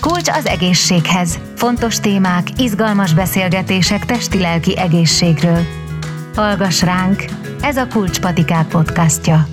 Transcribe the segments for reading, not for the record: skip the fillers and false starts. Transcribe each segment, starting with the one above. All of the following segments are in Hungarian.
Kulcs az egészséghez. Fontos témák, izgalmas beszélgetések testi-lelki egészségről. Hallgass ránk, ez a Kulcspatikák podcastja.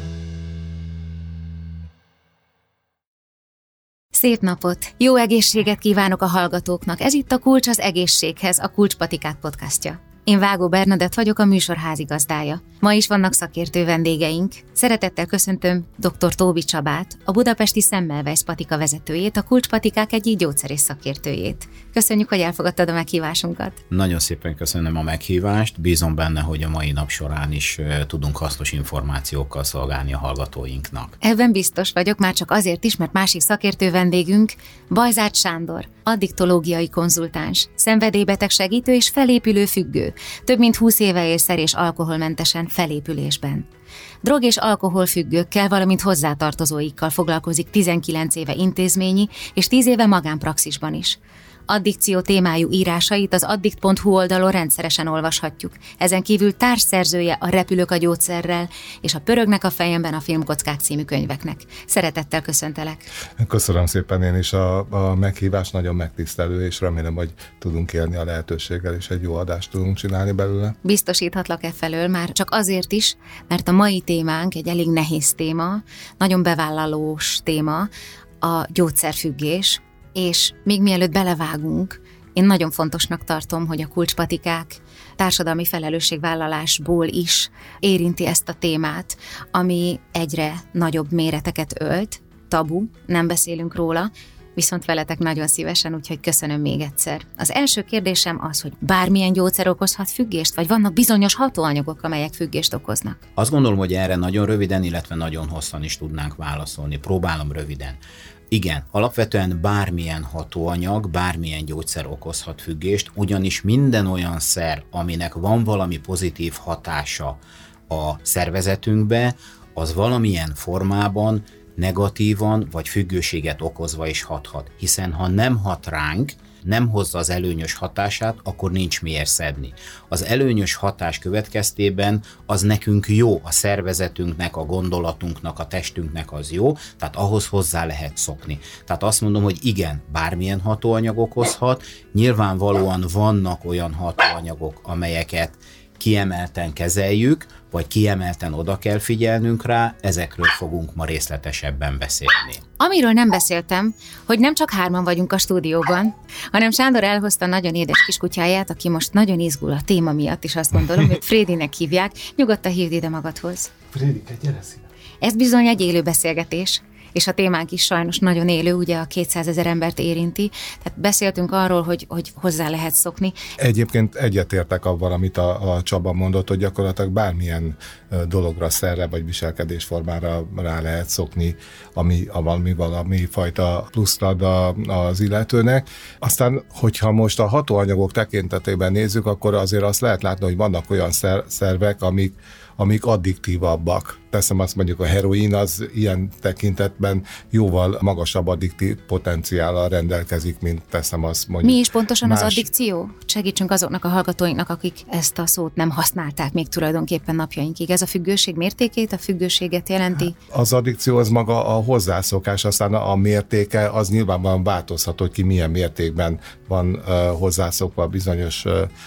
Szép napot! Jó egészséget kívánok a hallgatóknak! Ez itt a Kulcs az egészséghez, a Kulcspatikák podcastja. Én Vágó Bernadett vagyok, a műsor házigazdája. Ma is vannak szakértő vendégeink. Szeretettel köszöntöm dr. Tóbi Csabát, a budapesti Semmelweis patika vezetőjét, a Kulcspatikák egyik gyógyszerész szakértőjét. Köszönjük, hogy elfogadtad a meghívásunkat. Nagyon szépen köszönöm a meghívást. Bízom benne, hogy a mai nap során is tudunk hasznos információkkal szolgálni a hallgatóinknak. Ebben biztos vagyok, már csak azért is, mert másik szakértő vendégünk Bajzárt Sándor, addiktológiai konzultáns, szenvedélybeteg segítő és felépülő függő. Több mint 20 éve él szer- és alkoholmentesen felépülésben. Drog- és alkoholfüggőkkel, valamint hozzátartozóikkal foglalkozik 19 éve intézményi és 10 éve magánpraxisban is. Addikció témájú írásait az addict.hu oldalon rendszeresen olvashatjuk. Ezen kívül társszerzője a Repülök a gyógyszerrel és a Pörögnek a fejemben a filmkockák című könyveknek. Szeretettel köszöntelek. Köszönöm szépen én is a meghívást, nagyon megtisztelő, és remélem, hogy tudunk élni a lehetőséggel, és egy jó adást tudunk csinálni belőle. Biztosíthatlak felől már csak azért is, mert a mai témánk egy elég nehéz téma, nagyon bevállalós téma, a gyógyszerfüggés. És még mielőtt belevágunk, én nagyon fontosnak tartom, hogy a Kulcspatikák társadalmi felelősségvállalásból is érinti ezt a témát, ami egyre nagyobb méreteket ölt, tabu, nem beszélünk róla, viszont veletek nagyon szívesen, úgyhogy köszönöm még egyszer. Az első kérdésem az, hogy bármilyen gyógyszer okozhat függést, vagy vannak bizonyos hatóanyagok, amelyek függést okoznak? Azt gondolom, hogy erre nagyon röviden, illetve nagyon hosszan is tudnánk válaszolni. Próbálom röviden. Igen, alapvetően bármilyen hatóanyag, bármilyen gyógyszer okozhat függést, ugyanis minden olyan szer, aminek van valami pozitív hatása a szervezetünkbe, az valamilyen formában negatívan vagy függőséget okozva is hathat. Hiszen ha nem hat ránk, nem hozza az előnyös hatását, akkor nincs miért szedni. Az előnyös hatás következtében az nekünk jó, a szervezetünknek, a gondolatunknak, a testünknek az jó, tehát ahhoz hozzá lehet szokni. Tehát azt mondom, hogy igen, bármilyen hatóanyag okozhat, nyilvánvalóan vannak olyan hatóanyagok, amelyeket kiemelten kezeljük, vagy kiemelten oda kell figyelnünk rá, ezekről fogunk ma részletesebben beszélni. Amiről nem beszéltem, hogy nem csak 3 vagyunk a stúdióban, hanem Sándor elhozta nagyon édes kiskutyáját, aki most nagyon izgul a téma miatt, és azt gondolom, hogy Frédinek hívják, nyugodtan hívd ide magadhoz. Frédike, gyere szíve! Ez bizony egy élő beszélgetés, és a témánk is sajnos nagyon élő, ugye a 200 000 embert érinti, tehát beszéltünk arról, hogy hozzá lehet szokni. Egyébként egyetértek abban, amit a Csaba mondott, hogy gyakorlatilag bármilyen dologra, szerre vagy viselkedésformára rá lehet szokni, ami valami fajta pluszt ad az illetőnek. Aztán, hogyha most a hatóanyagok tekintetében nézzük, akkor azért azt lehet látni, hogy vannak olyan szervek, amik addiktívabbak. Teszem azt, mondjuk a heroin az ilyen tekintetben jóval magasabb addiktív potenciállal rendelkezik, mint teszem azt mondjuk. Mi is pontosan az addikció? Segítsünk azoknak a hallgatóinknak, akik ezt a szót nem használták még tulajdonképpen napjainkig. Ez a függőség mértékét, a függőséget jelenti? Az addikció az maga a hozzászokás, aztán a mértéke az nyilvánvalóan változhat, hogy ki milyen mértékben van hozzászokva bizonyos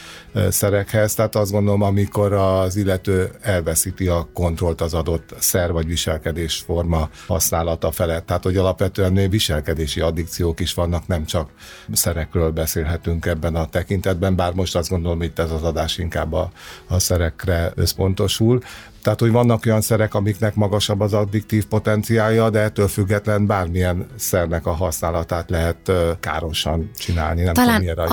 szerekhez. Tehát azt gondolom, amikor az illető elveszíti a kontrollt az adott szer vagy viselkedésforma használata felett. Tehát, hogy alapvetően viselkedési addikciók is vannak, nem csak szerekről beszélhetünk ebben a tekintetben, bár most azt gondolom, hogy itt ez az adás inkább a szerekre összpontosul. Tehát, hogy vannak olyan szerek, amiknek magasabb az addiktív potenciálja, de ettől független bármilyen szernek a használatát lehet károsan csinálni. Nem talán tudom,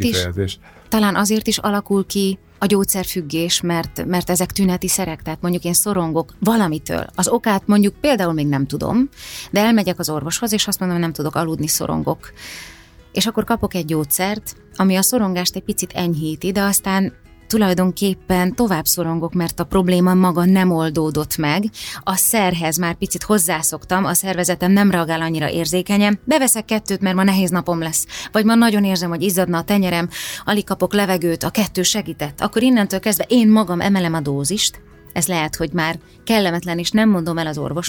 talán azért is alakul ki a gyógyszerfüggés, mert ezek tüneti szerek, tehát mondjuk én szorongok valamitől. Az okát mondjuk például még nem tudom, de elmegyek az orvoshoz, és azt mondom, hogy nem tudok aludni, szorongok. És akkor kapok egy gyógyszert, ami a szorongást egy picit enyhíti, de aztán tulajdonképpen tovább szorongok, mert a probléma maga nem oldódott meg. A szerhez már picit hozzászoktam, a szervezetem nem reagál annyira érzékenyen. Beveszek 2, mert ma nehéz napom lesz. Vagy ma nagyon érzem, hogy izzadna a tenyerem, alig kapok levegőt, a 2 segített. Akkor innentől kezdve én magam emelem a dózist. Ez lehet, hogy már kellemetlen, és nem mondom el az orvosnak,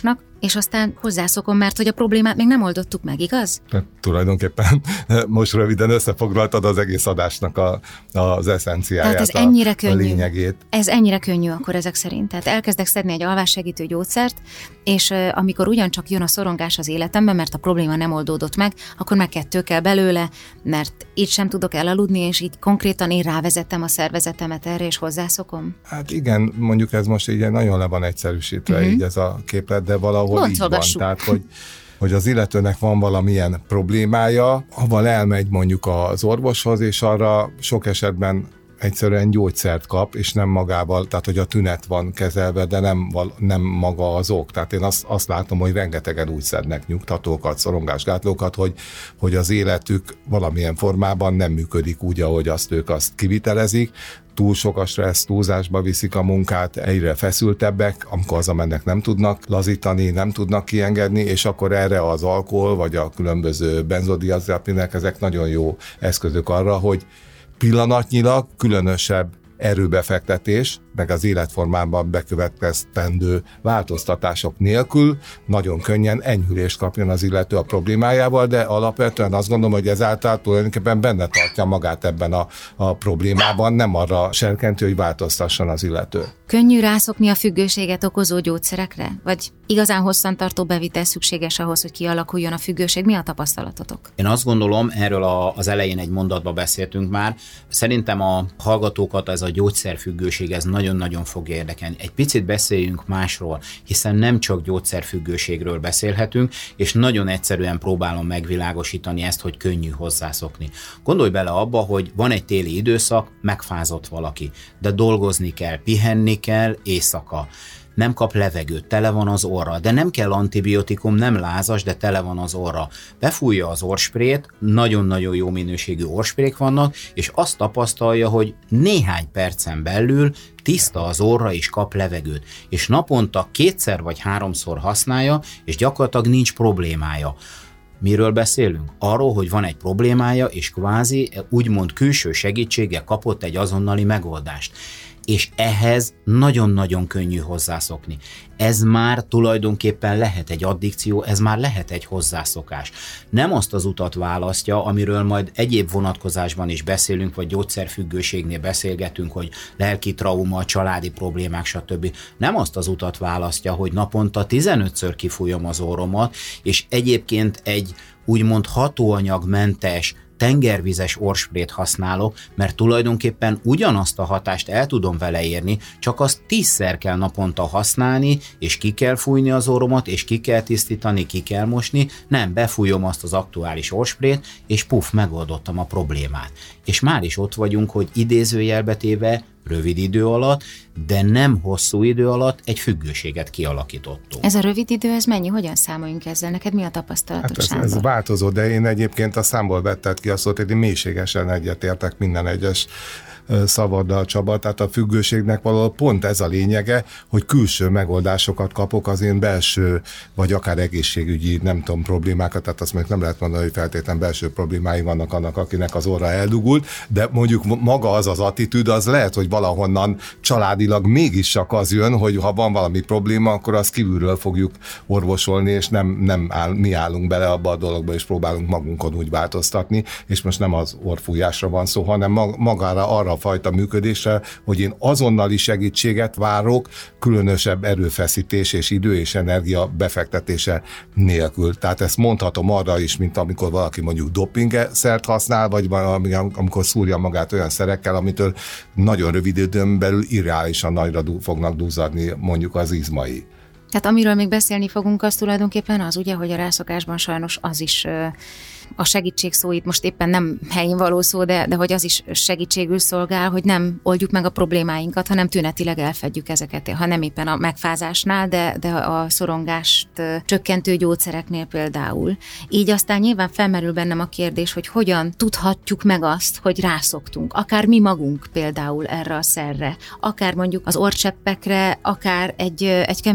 és aztán hozzászokom, mert hogy a problémát még nem oldottuk meg, igaz? Tulajdonképpen most röviden összefoglaltad az egész adásnak az eszenciáját, tehát ez ennyire könnyű, a lényegét. Ez ennyire könnyű akkor ezek szerint. Tehát elkezdek szedni egy alvássegítő gyógyszert, és amikor ugyancsak jön a szorongás az életemben, mert a probléma nem oldódott meg, akkor meg 2 kell belőle, mert így sem tudok elaludni, és így konkrétan én rávezettem a szervezetemet erre, és hozzászokom. Hát igen, mondjuk ez most így nagyon le van egyszerűsítve így ez a képlet, de valahol így van. Tehát, hogy az illetőnek van valamilyen problémája, avval elmegy mondjuk az orvoshoz, és arra sok esetben egyszerűen gyógyszert kap, és nem magával, tehát hogy a tünet van kezelve, de nem maga az ok. Tehát én azt látom, hogy rengetegen úgy szednek nyugtatókat, szorongásgátlókat, hogy az életük valamilyen formában nem működik úgy, ahogy ők azt kivitelezik. Túl sok a stressz, túlzásba viszik a munkát, egyre feszültebbek, amikor hazamennek nem tudnak lazítani, nem tudnak kiengedni, és akkor erre az alkohol, vagy a különböző benzodiazepinek, ezek nagyon jó eszközök arra, hogy pillanatnyilag különösebb erőbefektetés, meg az életformában bekövetkeztendő változtatások nélkül nagyon könnyen enyhülést kapjon az illető a problémájával, de alapvetően azt gondolom, hogy ezáltal tulajdonképpen benne tartja magát ebben a problémában, nem arra serkenti, hogy változtasson az illető. Könnyű rászokni a függőséget okozó gyógyszerekre? Vagy igazán hosszantartó bevitel szükséges ahhoz, hogy kialakuljon a függőség? Mi a tapasztalatotok? Én azt gondolom, erről az elején egy mondatban beszéltünk már, szerintem a hallgatókat ez a gyógyszerfüggőség, ez nagyon-nagyon fog érdekelni. Egy picit beszéljünk másról, hiszen nem csak gyógyszerfüggőségről beszélhetünk, és nagyon egyszerűen próbálom megvilágosítani ezt, hogy könnyű hozzászokni. Gondolj bele abba, hogy van egy téli időszak, megfázott valaki, de dolgozni kell, pihenni kell éjszaka. Nem kap levegőt, tele van az orra, de nem kell antibiotikum, nem lázas, de tele van az orra. Befújja az orrsprét, nagyon-nagyon jó minőségű orrsprék vannak, és azt tapasztalja, hogy néhány percen belül tiszta az orra és kap levegőt. És naponta 2 vagy 3-szor használja, és gyakorlatilag nincs problémája. Miről beszélünk? Arról, hogy van egy problémája, és kvázi úgymond külső segítséggel kapott egy azonnali megoldást. És ehhez nagyon-nagyon könnyű hozzászokni. Ez már tulajdonképpen lehet egy addikció, ez már lehet egy hozzászokás. Nem azt az utat választja, amiről majd egyéb vonatkozásban is beszélünk, vagy gyógyszerfüggőségnél beszélgetünk, hogy lelki trauma, családi problémák, stb. Nem azt az utat választja, hogy naponta 15-ször kifújom az orromat, és egyébként egy úgymond hatóanyagmentes, tengervizes orrsprét használok, mert tulajdonképpen ugyanazt a hatást el tudom vele érni, csak azt 10-szer kell naponta használni, és ki kell fújni az orromat, és ki kell tisztítani, ki kell mosni, nem, befújom azt az aktuális orrsprét, és puff, megoldottam a problémát. És már is ott vagyunk, hogy idézőjelbe téve rövid idő alatt, de nem hosszú idő alatt egy függőséget kialakítottunk. Ez a rövid idő, ez mennyi? Hogyan számoljunk ezzel? Neked mi a tapasztalatod, Hát Sándor? ez változó, de én egyébként a számból vetted ki a szót, hogy én mélységesen egyetértek minden egyes szavaddal, Csaba, tehát a függőségnek valahol pont ez a lényege, hogy külső megoldásokat kapok az én belső, vagy akár egészségügyi, nem tudom, problémákat, tehát azt még nem lehet mondani, hogy feltétlenül belső problémái vannak annak, akinek az orra eldugult, de mondjuk maga az attitűd, az lehet, hogy valahonnan családilag mégis csak az jön, hogy ha van valami probléma, akkor azt kívülről fogjuk orvosolni, és mi állunk bele abba a dologba, és próbálunk magunkon úgy változtatni, és most nem az orrfújásra van szó, hanem magára arra a fajta működésre, hogy én azonnali segítséget várok, különösebb erőfeszítés és idő és energia befektetése nélkül. Tehát ezt mondhatom arra is, mint amikor valaki mondjuk dopingszert használ, vagy amikor szúrja magát olyan szerekkel, amitől nagyon rövid időn belül irreálisan nagyra fognak duzzadni mondjuk az izmai. Tehát amiről még beszélni fogunk, az tulajdonképpen az, ugye, hogy a rászokásban sajnos az is a segítség szó itt most éppen nem helyén való szó, de hogy az is segítségül szolgál, hogy nem oldjuk meg a problémáinkat, hanem tünetileg elfedjük ezeket, ha nem éppen a megfázásnál, de a szorongást csökkentő gyógyszereknél például. Így aztán nyilván felmerül bennem a kérdés, hogy hogyan tudhatjuk meg azt, hogy rászoktunk, akár mi magunk például erre a szerre, akár mondjuk az orrcseppekre, akár egy keményebb gyógyszer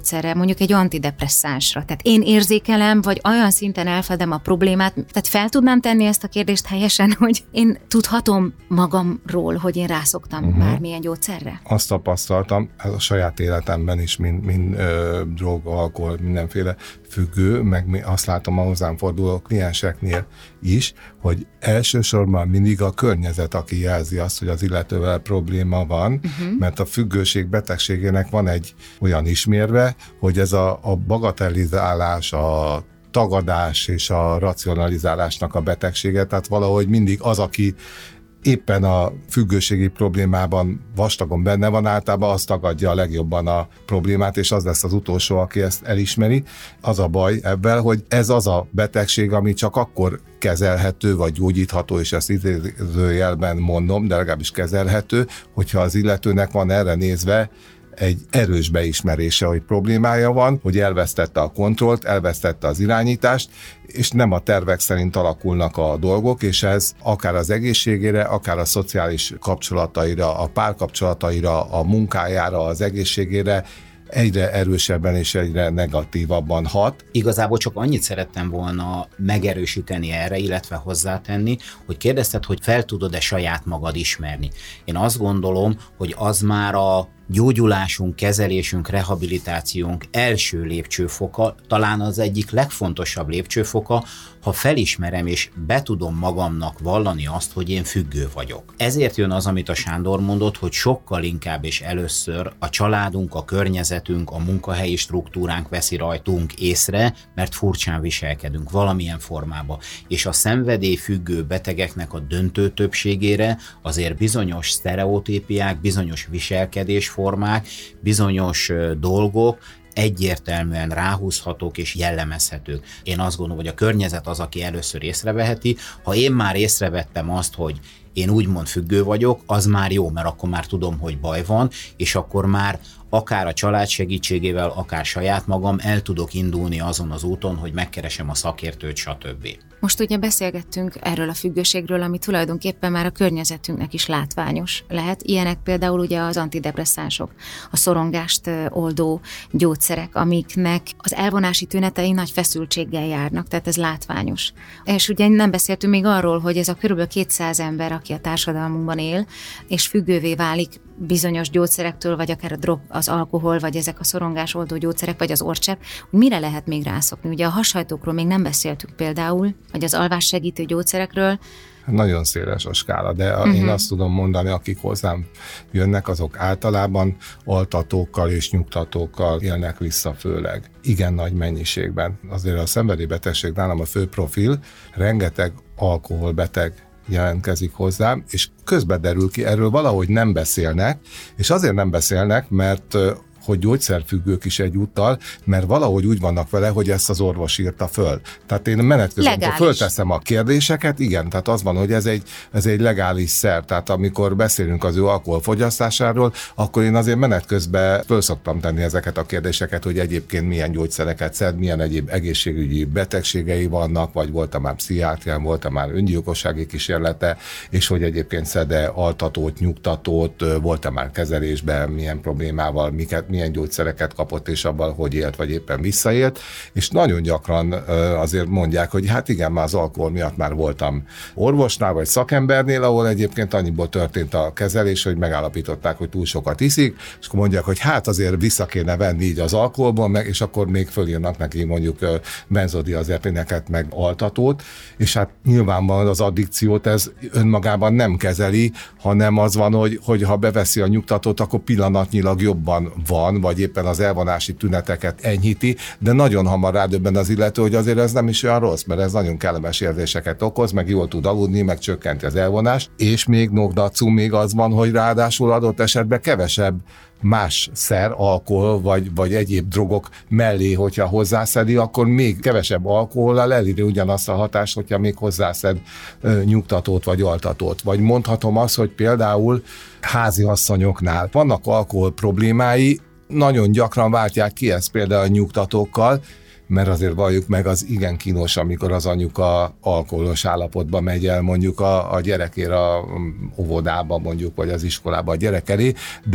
gyógyszerre, mondjuk egy antidepresszánsra. Tehát én érzékelem, vagy olyan szinten elfedem a problémát, tehát fel tudnám tenni ezt a kérdést helyesen, hogy én tudhatom magamról, hogy én rászoktam bármilyen gyógyszerre? Azt tapasztaltam, a saját életemben is, mint drog, alkohol, mindenféle függő, meg azt látom a hozzám forduló klienseknél is, hogy elsősorban mindig a környezet, aki jelzi azt, hogy az illetővel probléma van, mert a függőség betegségének van egy olyan ismérve, hogy ez a bagatelizálás, a tagadás és a racionalizálásnak a betegsége, tehát valahogy mindig az, aki éppen a függőségi problémában vastagon benne van, általában azt tagadja a legjobban a problémát, és az lesz az utolsó, aki ezt elismeri. Az a baj ebben, hogy ez az a betegség, ami csak akkor kezelhető, vagy gyógyítható, és ezt idézőjelben mondom, de legalábbis kezelhető, hogyha az illetőnek van erre nézve egy erős beismerése, hogy problémája van, hogy elvesztette a kontrollt, elvesztette az irányítást, és nem a tervek szerint alakulnak a dolgok, és ez akár az egészségére, akár a szociális kapcsolataira, a párkapcsolataira, a munkájára, az egészségére egyre erősebben és egyre negatívabban hat. Igazából csak annyit szerettem volna megerősíteni erre, illetve hozzátenni, hogy kérdezted, hogy fel tudod-e saját magad ismerni. Én azt gondolom, hogy az már a gyógyulásunk, kezelésünk, rehabilitációnk első lépcsőfoka, talán az egyik legfontosabb lépcsőfoka, ha felismerem és be tudom magamnak vallani azt, hogy én függő vagyok. Ezért jön az, amit a Sándor mondott, hogy sokkal inkább és először a családunk, a környezetünk, a munkahelyi struktúránk veszi rajtunk észre, mert furcsán viselkedünk valamilyen formában. És a szenvedélyfüggő betegeknek a döntő többségére azért bizonyos sztereotípiák, bizonyos viselkedésformák, bizonyos dolgok egyértelműen ráhúzhatók és jellemezhetők. Én azt gondolom, hogy a környezet az, aki először észreveheti. Ha én már észrevettem azt, hogy én úgymond függő vagyok, az már jó, mert akkor már tudom, hogy baj van, és akkor már akár a család segítségével, akár saját magam el tudok indulni azon az úton, hogy megkeresem a szakértőt, stb. Most ugye beszélgettünk erről a függőségről, ami tulajdonképpen már a környezetünknek is látványos lehet. Ilyenek például ugye az antidepresszánsok, a szorongást oldó gyógyszerek, amiknek az elvonási tünetei nagy feszültséggel járnak, tehát ez látványos. És ugye nem beszéltünk még arról, hogy ez a kb. 200 ember, aki a társadalmunkban él, és függővé válik bizonyos gyógyszerektől, vagy akár a drog, az alkohol, vagy ezek a szorongásoldó gyógyszerek, vagy az orcsepp, hogy mire lehet még rászokni. Ugye a hashajtókról még nem beszéltük például, vagy az alvássegítő gyógyszerekről. Nagyon széles a skála, de én azt tudom mondani, akik hozzám jönnek, azok általában altatókkal és nyugtatókkal élnek vissza főleg. Igen nagy mennyiségben. Azért a szenvedélybetegség nálam a fő profil, rengeteg alkoholbeteg jelentkezik hozzám, és közben derül ki, erről valahogy nem beszélnek, és azért nem beszélnek, mert hogy gyógyszerfüggők is egyúttal, mert valahogy úgy vannak vele, hogy ezt az orvos írta föl. Tehát én menet közben fölteszem a kérdéseket, igen, tehát az van, hogy ez egy legális szer, tehát amikor beszélünk az ő alkoholfogyasztásáról, akkor én azért menet közben föl szoktam tenni ezeket a kérdéseket, hogy egyébként milyen gyógyszereket szed, milyen egyéb egészségügyi betegségei vannak, vagy volt-e már pszichiátrián, volt-e már öngyilkossági kísérlete, és hogy egyébként szed-e altatót, nyugtatót, volt-e már kezelésben, milyen problémával, milyen gyógyszereket kapott, és abban hogy élt, vagy éppen visszaélt, és nagyon gyakran azért mondják, hogy hát igen, már az alkohol miatt már voltam orvosnál, vagy szakembernél, ahol egyébként annyiból történt a kezelés, hogy megállapították, hogy túl sokat iszik, és akkor mondják, hogy hát azért vissza kéne venni így az alkoholból, és akkor még fölírnak neki mondjuk benzodiazepineket, meg altatót, és hát nyilvánvalóan az addikciót ez önmagában nem kezeli, hanem az van, hogy ha beveszi a nyugtatót, akkor pillanatnyilag jobban van, vagy éppen az elvonási tüneteket enyhíti, de nagyon hamar rádöbben az illető, hogy azért ez nem is olyan rossz, mert ez nagyon kellemes érzéseket okoz, meg jól tud aludni, meg csökkenti az elvonást, és még nogdacú még az van, hogy ráadásul adott esetben kevesebb más szer, alkohol, vagy egyéb drogok mellé, hogyha hozzászedik, akkor még kevesebb alkohollal eléri ugyanazt a hatást, hogyha még hozzászed nyugtatót vagy altatót. Vagy mondhatom azt, hogy például háziasszonyoknál vannak alkohol problémái, nagyon gyakran váltják ki ezt például a nyugtatókkal, mert azért valljuk meg, az igen kínos, amikor az anyuka alkoholos állapotba megy el mondjuk a gyerekére a óvodába mondjuk, vagy az iskolába a gyerek elé, de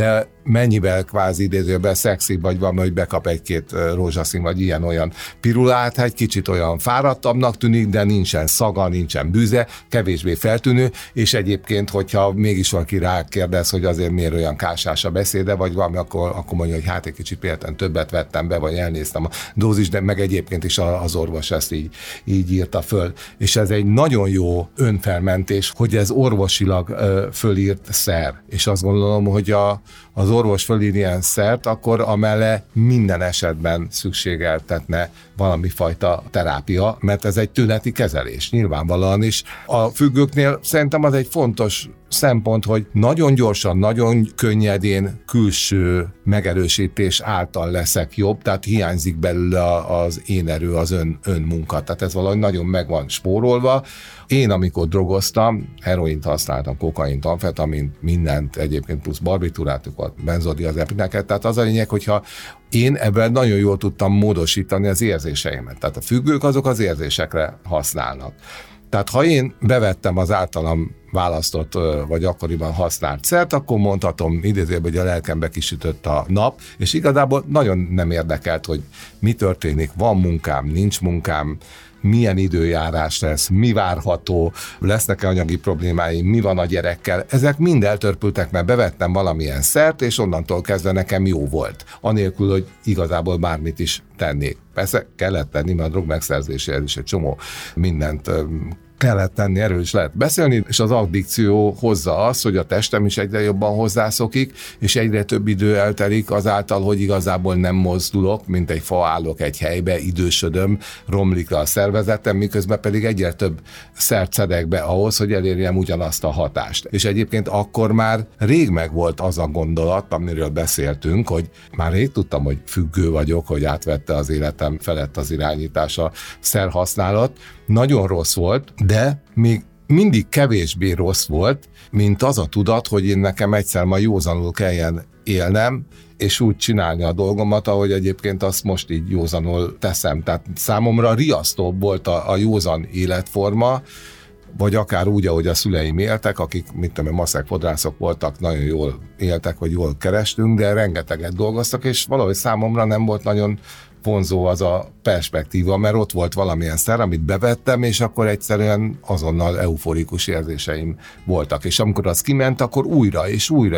mennyivel kvázi idézőben szexi, vagy valami, hogy bekap egy-két rózsaszín, vagy ilyen-olyan pirulát, hát egy kicsit olyan fáradtabbnak tűnik, de nincsen szaga, nincsen bűze, kevésbé feltűnő, és egyébként, hogyha mégis valaki rákérdez, hogy azért miért olyan kásás a beszéde, vagy valami, akkor mondja, hogy hát egy kicsit például többet vettem be, vagy elnéztem a dózis, de meg egyébként is az orvos ezt így írta föl. És ez egy nagyon jó önfelmentés, hogy ez orvosilag fölírt szer. És azt gondolom, hogy az orvos fölír ilyen szert, akkor amelle minden esetben szükségeltetne valami fajta terápia, mert ez egy tüneti kezelés, nyilvánvalóan is. A függőknél szerintem az egy fontos szempont, hogy nagyon gyorsan, nagyon könnyedén külső megerősítés által leszek jobb, tehát hiányzik belőle az én erő, az önmunka. Tehát ez valahogy nagyon meg van spórolva. Én, amikor drogoztam, heroint használtam, kokaint, amfetamint, mindent, egyébként plusz barbiturátokat, benzodiazepineket, tehát az a lényeg, hogyha én ebben nagyon jól tudtam módosítani az érzéseimet. Tehát a függők azok az érzésekre használnak. Tehát ha én bevettem az általam választott, vagy akkoriban használt szert, akkor mondhatom idézőben, hogy a lelkembe kisütött a nap, és igazából nagyon nem érdekelt, hogy mi történik, van munkám, nincs munkám, milyen időjárás lesz, mi várható, lesznek-e anyagi problémáim, mi van a gyerekkel. Ezek mind eltörpültek, mert bevettem valamilyen szert, és onnantól kezdve nekem jó volt. Anélkül, hogy igazából bármit is tennék. Persze kellett tenni, mert a drog megszerzéséhez is egy csomó mindent kellett tenni, erről is lehet beszélni, és az addikció hozza azt, hogy a testem is egyre jobban hozzászokik, és egyre több idő eltelik azáltal, hogy igazából nem mozdulok, mint egy fa állok egy helybe, idősödöm, romlik a szervezetem, miközben pedig egyre több szert szedek be ahhoz, hogy elérjem ugyanazt a hatást. És egyébként akkor már rég megvolt az a gondolat, amiről beszéltünk, hogy már rég tudtam, hogy függő vagyok, hogy átvette az életem felett az irányítás a szerhasználat. Nagyon rossz volt, de még mindig kevésbé rossz volt, mint az a tudat, hogy én nekem egyszer ma józanul kelljen élnem, és úgy csinálni a dolgomat, ahogy egyébként azt most így józanul teszem. Tehát számomra riasztóbb volt a józan életforma, vagy akár úgy, ahogy a szüleim éltek, akik, maszek fodrászok voltak, nagyon jól éltek, vagy jól kerestünk, de rengeteget dolgoztak, és valahogy számomra nem volt nagyon vonzó az a perspektíva, mert ott volt valamilyen szer, amit bevettem, és akkor egyszerűen azonnal euforikus érzéseim voltak. És amikor az kiment, akkor újra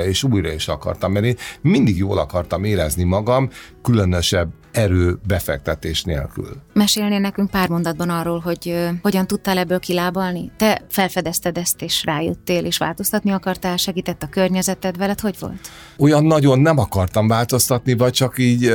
és akartam, mert én mindig jól akartam érezni magam, különösebb erő befektetés nélkül. Mesélnél nekünk pár mondatban arról, hogy hogyan tudtál ebből kilábalni? Te felfedezted ezt, és rájöttél, és változtatni akartál, segített a környezeted veled, hogy volt? Olyan nagyon nem akartam változtatni, vagy csak így...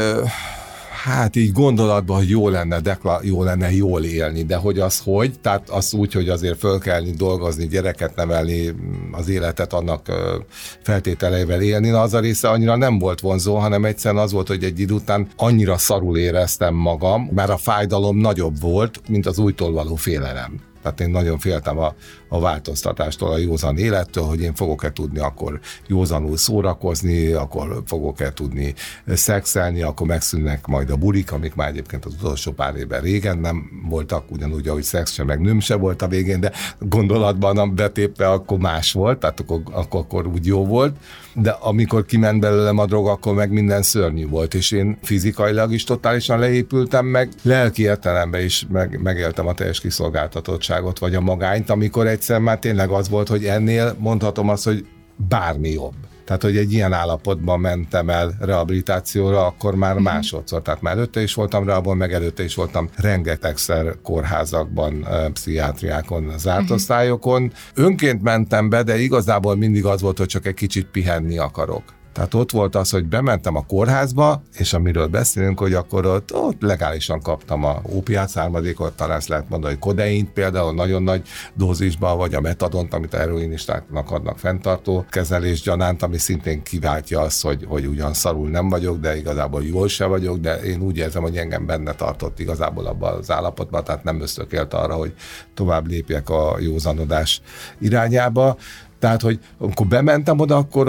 így gondolatban, hogy jó lenne jól élni, de hogy az hogy? Tehát az úgy, hogy azért fölkelni, dolgozni, gyereket nevelni, az életet annak feltételeivel élni, az a része annyira nem volt vonzó, hanem egyszerűen az volt, hogy egy idő után annyira szarul éreztem magam, mert a fájdalom nagyobb volt, mint az újtól való félelem. Tehát én nagyon féltem a változtatástól, a józan élettől, hogy én fogok-e tudni akkor józanul szórakozni, akkor fogok-e tudni szexelni, akkor megszűnnek majd a bulik, amik már egyébként az utolsó pár évben régen nem voltak, ugyanúgy, ahogy szex sem, meg nőm se volt a végén, de gondolatban betépve akkor más volt, tehát akkor úgy jó volt. De amikor kiment belőlem a drog, akkor meg minden szörnyű volt, és én fizikailag is totálisan leépültem, meg lelki értelemben is megéltem a teljes kiszolgáltatottságot, vagy a magányt, amikor egyszer már tényleg az volt, hogy ennél mondhatom azt, hogy bármi jobb. Tehát, hogy egy ilyen állapotban mentem el rehabilitációra, akkor már másodszor. Tehát már előtte is voltam rehabon, meg előtte is voltam rengetegszer kórházakban, pszichiátriákon, zárt osztályokon. Önként mentem be, de igazából mindig az volt, hogy csak egy kicsit pihenni akarok. Tehát ott volt az, hogy bementem a kórházba, és amiről beszélünk, hogy akkor ott legálisan kaptam a ópiát származékot, talán ezt lehet mondani, hogy kodeint például nagyon nagy dózisban, vagy a metadont, amit a heroinistáknak adnak fenntartó kezelés gyanánt, ami szintén kiváltja azt, hogy ugyan szarul nem vagyok, de igazából jól se vagyok, de én úgy érzem, hogy engem benne tartott igazából abban az állapotban, tehát nem ösztökélt arra, hogy tovább lépjek a józanodás irányába. Tehát, hogy amikor bementem oda, akkor ott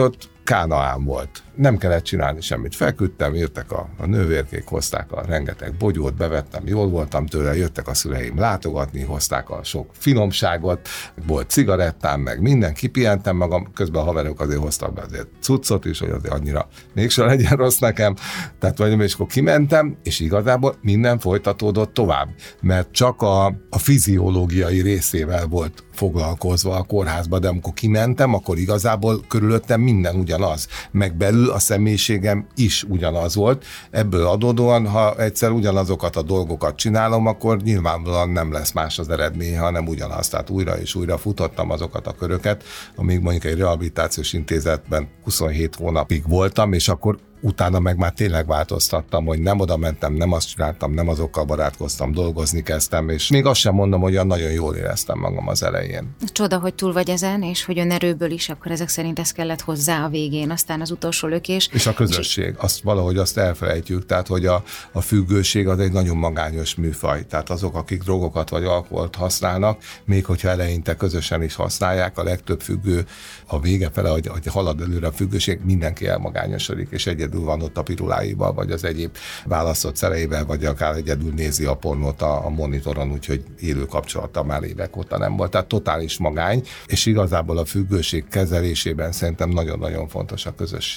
Kánaán volt. Nem kellett csinálni semmit. Felküldtem, jöttek a nővérkék, hozták a rengeteg bogyót, bevettem, jól voltam tőle, jöttek a szüleim látogatni, hozták a sok finomságot, volt cigarettám, meg minden, kipihentem magam, közben a haverok azért hoztak be azért cuccot is, hogy azért annyira mégsem legyen rossz nekem. Tehát vagy és akkor kimentem, és igazából minden folytatódott tovább, mert csak a fiziológiai részével volt foglalkozva a kórházba, de amikor kimentem, akkor igazából körülöttem minden ugyanaz. Meg belül a személyiségem is ugyanaz volt. Ebből adódóan, ha egyszer ugyanazokat a dolgokat csinálom, akkor nyilvánvalóan nem lesz más az eredmény, hanem ugyanaz. Tehát újra és újra futottam azokat a köröket, amíg mondjuk egy rehabilitációs intézetben 27 hónapig voltam, és akkor utána meg már tényleg változtattam, hogy nem oda mentem, nem azt csináltam, nem azokkal barátkoztam, dolgozni kezdtem, és még azt sem mondom, hogy olyan nagyon jól éreztem magam az elején. Csoda, hogy túl vagy ezen, és hogy önerőből is, akkor ezek szerint ez kellett hozzá a végén, aztán az utolsó lökés. És a közösség, valahogy azt elfelejtjük, tehát hogy a függőség az egy nagyon magányos műfaj, tehát azok, akik drogokat vagy alkoholt használnak, még hogyha eleinte közösen is használják, a legtöbb függő a vége fele, hogy halad előre a függőség, mindenki elmagányosodik, és egyedül van ott a piruláival, vagy az egyéb választott szereivel, vagy akár egyedül nézi a pornót a monitoron, úgyhogy élő kapcsolata már évek óta nem volt. Tehát totális magány, és igazából a függőség kezelésében szerintem nagyon-nagyon fontos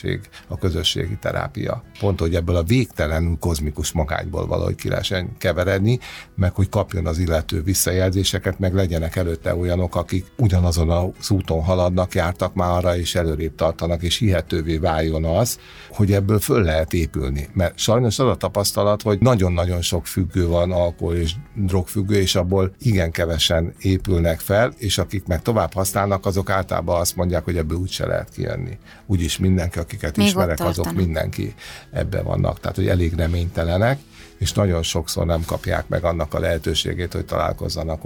a közösségi terápia. Pont, hogy ebből a végtelenül kozmikus magányból valahogy ki lehessen keveredni, meg hogy kapjon az illető visszajelzéseket, meg legyenek előtte olyanok, akik ugyanazon az úton haladnak, jártak már arra, és előrébb tartanak, és hihetővé váljon az, hogy ebből föl lehet épülni. Mert sajnos az a tapasztalat, hogy nagyon-nagyon sok függő van, alkohol és drogfüggő, és abból igen kevesen épülnek fel, és akik meg tovább használnak, azok általában azt mondják, hogy ebből úgyse lehet kijönni. Úgyis mindenki, akiket még ismerek, azok mindenki ebben vannak. Tehát, hogy elég reménytelenek, és nagyon sokszor nem kapják meg annak a lehetőségét, hogy találkozzanak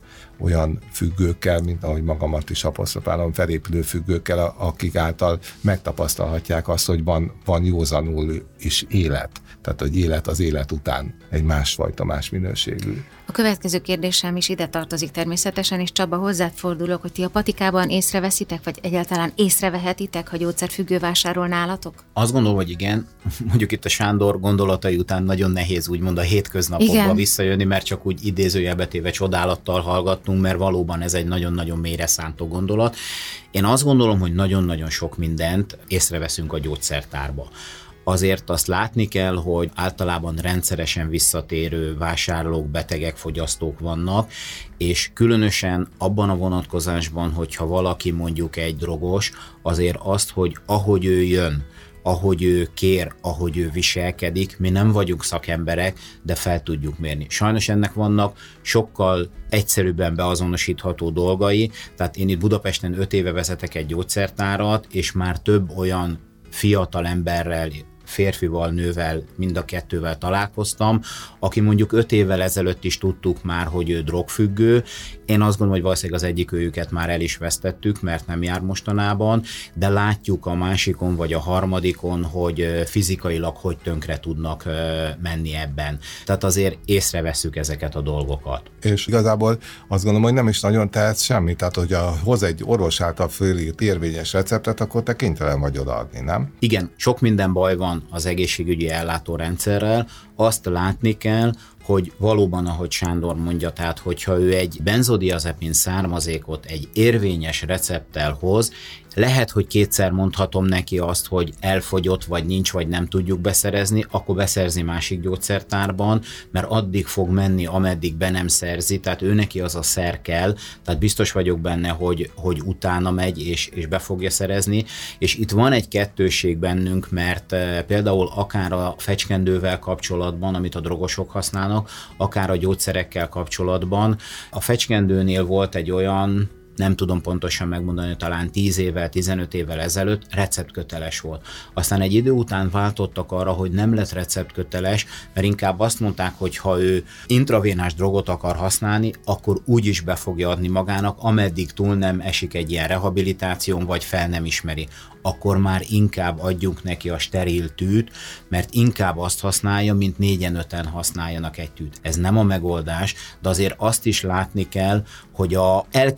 olyan függőkkel, mint ahogy magamat is apostrofálom, felépülő függőkkel, akik által megtapasztalhatják azt, hogy van józanul is élet. Tehát, hogy élet az élet után egy másfajta, más minőségű. A következő kérdésem is ide tartozik természetesen, és Csaba, hozzád fordulok, hogy ti a patikában észreveszitek, vagy egyáltalán észrevehetitek, ha gyógyszerfüggő vásárol nálatok? Azt gondolom, hogy igen. Mondjuk itt a Sándor gondolatai után nagyon nehéz úgymond a hétköznapokba visszajönni, mert csak úgy idézőjelbe téve csodálattal hallgattunk, mert valóban ez egy nagyon-nagyon mélyre szántó gondolat. Én azt gondolom, hogy nagyon-nagyon sok mindent észreveszünk a gyógyszertárba. Azért azt látni kell, hogy általában rendszeresen visszatérő vásárlók, betegek, fogyasztók vannak, és különösen abban a vonatkozásban, hogyha valaki mondjuk egy drogos, azért azt, hogy ahogy ő jön, ahogy ő kér, ahogy ő viselkedik, mi nem vagyunk szakemberek, de fel tudjuk mérni. Sajnos ennek vannak sokkal egyszerűbben beazonosítható dolgai, tehát én itt Budapesten 5 éve vezetek egy gyógyszertárat, és már több olyan fiatal emberrel, férfival, nővel, mind a kettővel találkoztam, aki mondjuk 5 évvel ezelőtt is tudtuk már, hogy ő drogfüggő. Én azt gondolom, hogy valószínűleg az egyik őjüket már el is vesztettük, mert nem jár mostanában, de látjuk a másikon vagy a harmadikon, hogy fizikailag hogy tönkre tudnak menni ebben. Tehát azért észrevesszük ezeket a dolgokat. És igazából azt gondolom, hogy nem is nagyon tehetsz semmit. Tehát, hogy hoz egy orvos által fölírt érvényes receptet, akkor te kénytelen vagy odaadni, nem? Igen, sok minden baj van az egészségügyi ellátórendszerrel. Azt látni kell, hogy valóban, ahogy Sándor mondja, tehát hogyha ő egy benzodiazepin származékot egy érvényes recepttel hoz, lehet, hogy 2-szer mondhatom neki azt, hogy elfogyott, vagy nincs, vagy nem tudjuk beszerezni, akkor beszerzi másik gyógyszertárban, mert addig fog menni, ameddig be nem szerzi, tehát ő neki az a szer kell, tehát biztos vagyok benne, hogy utána megy, és be fogja szerezni, és itt van egy kettősség bennünk, mert például akár a fecskendővel kapcsolatban, amit a drogosok használnak, akár a gyógyszerekkel kapcsolatban. A fecskendőnél volt egy olyan, nem tudom pontosan megmondani, talán 10 évvel, 15 évvel ezelőtt receptköteles volt. Aztán egy idő után váltottak arra, hogy nem lett receptköteles, mert inkább azt mondták, hogy ha ő intravénás drogot akar használni, akkor úgy is be fogja adni magának, ameddig túl nem esik egy ilyen rehabilitáción, vagy fel nem ismeri. Akkor már inkább adjunk neki a steril tűt, mert inkább azt használja, mint 4-5-en használjanak egy tűt. Ez nem a megoldás, de azért azt is látni kell, hogy el kell jusson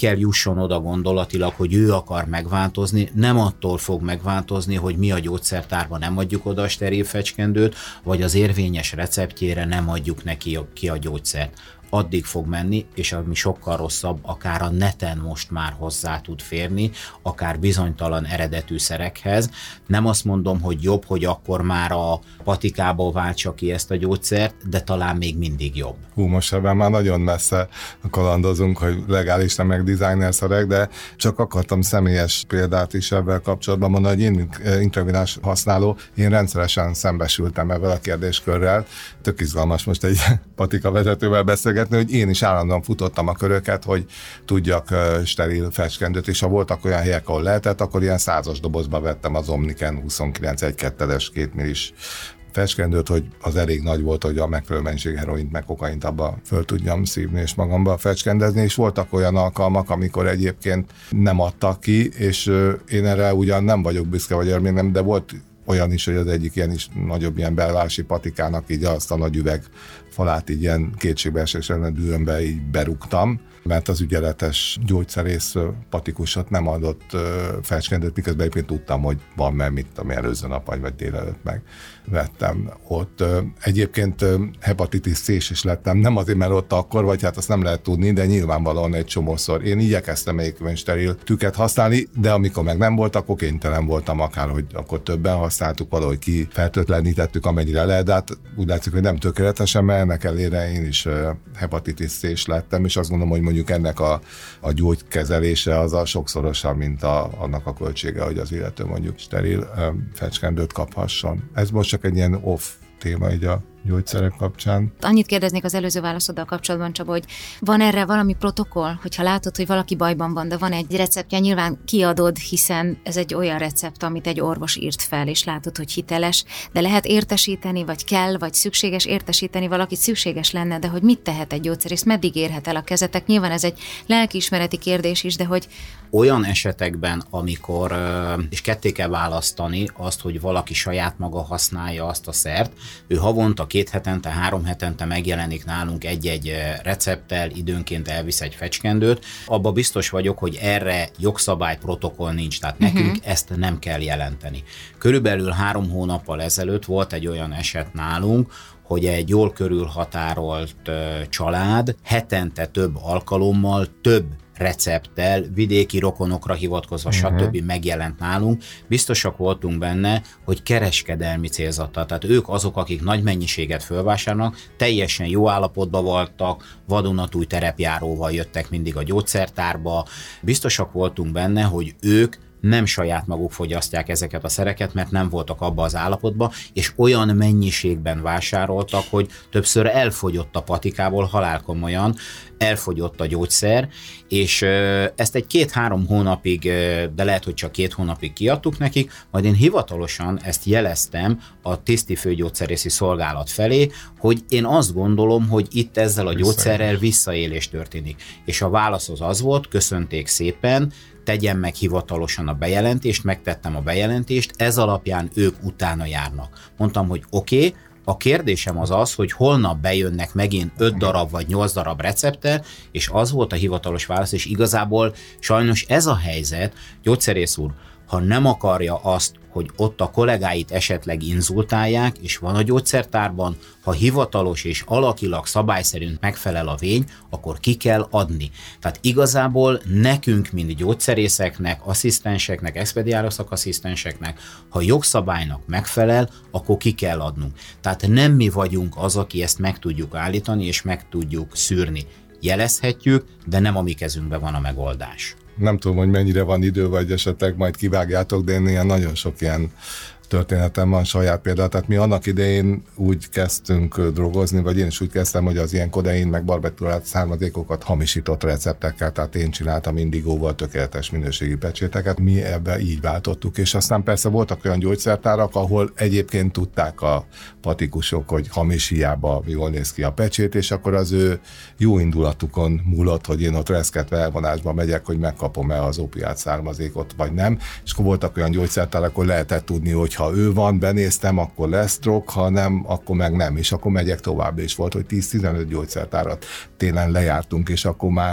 jusson oda gondolatilag, hogy ő akar megváltozni, nem attól fog megváltozni, hogy mi a gyógyszertárban nem adjuk oda a steril fecskendőt, vagy az érvényes receptjére nem adjuk neki ki a gyógyszert. Addig fog menni, és ami sokkal rosszabb, akár a neten most már hozzá tud férni, akár bizonytalan eredetű szerekhez. Nem azt mondom, hogy jobb, hogy akkor már a patikából váltsa ki ezt a gyógyszert, de talán még mindig jobb. Most ebben már nagyon messze kalandozunk, hogy legális nem meg designer szerek, de csak akartam személyes példát is ebben kapcsolatban mondani, hogy én intravenás használó, én rendszeresen szembesültem ebben a kérdéskörrel. Tök izgalmas most egy patika vezetővel beszélgetni, hogy én is állandóan futottam a köröket, hogy tudjak steril fecskendőt, és ha voltak olyan helyek, ahol lehetett, akkor ilyen 100-as dobozba vettem az Omniken 29 1/2-es 2 millis fecskendőt, hogy az elég nagy volt, hogy a megfelelő mennyiség heroint meg kokaint abba föl tudjam szívni és magamba fecskendezni, és voltak olyan alkalmak, amikor egyébként nem adtak ki, és én erre ugyan nem vagyok büszke vagy örményem, de volt olyan is, hogy az egyik ilyen is nagyobb ilyen belvárosi patikának így azt a nagy üveg falát így ilyen kétségbeesésre dühömbe így berúgtam, mert az ügyeletes gyógyszerész patikusot nem adott fecskendőt, miközben egyébként tudtam, hogy van, mert mit tudom, előző nap vagy délelőtt megvettem ott. Egyébként hepatitis C-s is lettem, nem azért, mert ott akkor, vagy hát azt nem lehet tudni, de nyilvánvalóan egy csomószor. Én igyekeztem egyébként steril tüket használni, de amikor meg nem volt, akkor kénytelen voltam akár, hogy akkor többen használtuk, valahogy kifertőtlenítettük, amennyire lehet, de hát úgy látszik, hogy nem tökéletesen, mert ennek ellenére én is hepatitis C-s lettem, és azt gondolom, hogy mondjuk ennek a gyógykezelése az a sokszorosan, mint annak a költsége, hogy az illető mondjuk steril fecskendőt kaphasson. Ez most csak egy ilyen off téma így a gyógyszerek kapcsán. Annyit kérdeznék az előző válaszoddal kapcsolatban, Csaba, hogy van erre valami protokoll, hogyha látod, hogy valaki bajban van, de van egy receptje, nyilván kiadod, hiszen ez egy olyan recept, amit egy orvos írt fel, és látod, hogy hiteles, de lehet értesíteni, vagy kell, vagy szükséges értesíteni valakit, szükséges lenne, de hogy mit tehet egy gyógyszerész, meddig érhet el a kezetek? Nyilván ez egy lelkiismereti kérdés is, de hogy... Olyan esetekben, amikor, és ketté kell választani azt, hogy valaki saját maga használja azt a szert, ő havonta 2 hetente, 3 hetente megjelenik nálunk egy-egy recepttel, időnként elvisz egy fecskendőt, abba biztos vagyok, hogy erre jogszabály, protokoll nincs, tehát nekünk ezt nem kell jelenteni. Körülbelül 3 hónappal ezelőtt volt egy olyan eset nálunk, hogy egy jól körülhatárolt család hetente több alkalommal, több recepttel, vidéki rokonokra hivatkozva, stb. Megjelent nálunk. Biztosak voltunk benne, hogy kereskedelmi célzattal. Tehát ők azok, akik nagy mennyiséget fölvásárolnak, teljesen jó állapotban voltak, vadonatúj terepjáróval jöttek mindig a gyógyszertárba. Biztosak voltunk benne, hogy ők nem saját maguk fogyasztják ezeket a szereket, mert nem voltak abba az állapotban, és olyan mennyiségben vásároltak, hogy többször elfogyott a patikából, halálkomolyan elfogyott a gyógyszer, és ezt egy 2-3 hónapig, de lehet, hogy csak 2 hónapig kiadtuk nekik, majd én hivatalosan ezt jeleztem a tiszti főgyógyszerészi szolgálat felé, hogy én azt gondolom, hogy itt ezzel a gyógyszerrel visszaélés történik. És a válasz az volt, köszönték szépen, tegyem meg hivatalosan a bejelentést, megtettem a bejelentést, ez alapján ők utána járnak. Mondtam, hogy oké, a kérdésem az, hogy holnap bejönnek megint 5 darab vagy 8 darab recepttel, és az volt a hivatalos válasz, és igazából sajnos ez a helyzet, gyógyszerész úr, ha nem akarja azt, hogy ott a kollégáit esetleg inzultálják, és van a gyógyszertárban, ha hivatalos és alakilag szabály szerint megfelel a vény, akkor ki kell adni. Tehát igazából nekünk, mint gyógyszerészeknek, asszisztenseknek, expediáló szakasszisztenseknek, ha jogszabálynak megfelel, akkor ki kell adnunk. Tehát nem mi vagyunk az, aki ezt meg tudjuk állítani, és meg tudjuk szűrni. Jelezhetjük, de nem a mi kezünkben van a megoldás. Nem tudom, hogy mennyire van idő, vagy esetleg majd kivágjátok, de én nagyon sok ilyen történetem van, saját például. Tehát mi annak idején úgy kezdtünk drogozni, vagy én is úgy kezdtem, hogy az ilyen kodein meg barbiturált származékokat hamisított receptekkel, tehát én csináltam indigóval tökéletes minőségi pecséteket. Mi ebbe így váltottuk, és aztán persze voltak olyan gyógyszertárak, ahol egyébként tudták a patikusok, hogy hamis hiába jól néz ki a pecsét, és akkor az ő jó indulatukon múlott, hogy én ott reszketve elvonásba megyek, hogy megkapom-e az opiát származékot, vagy nem. És akkor voltak olyan gyógyszertárak, hogy lehetett tudni, hogy ha ő van, benéztem, akkor lesz drog, ha nem, akkor meg nem, és akkor megyek tovább, és volt, hogy 10-15 gyógyszertárat télen lejártunk, és akkor már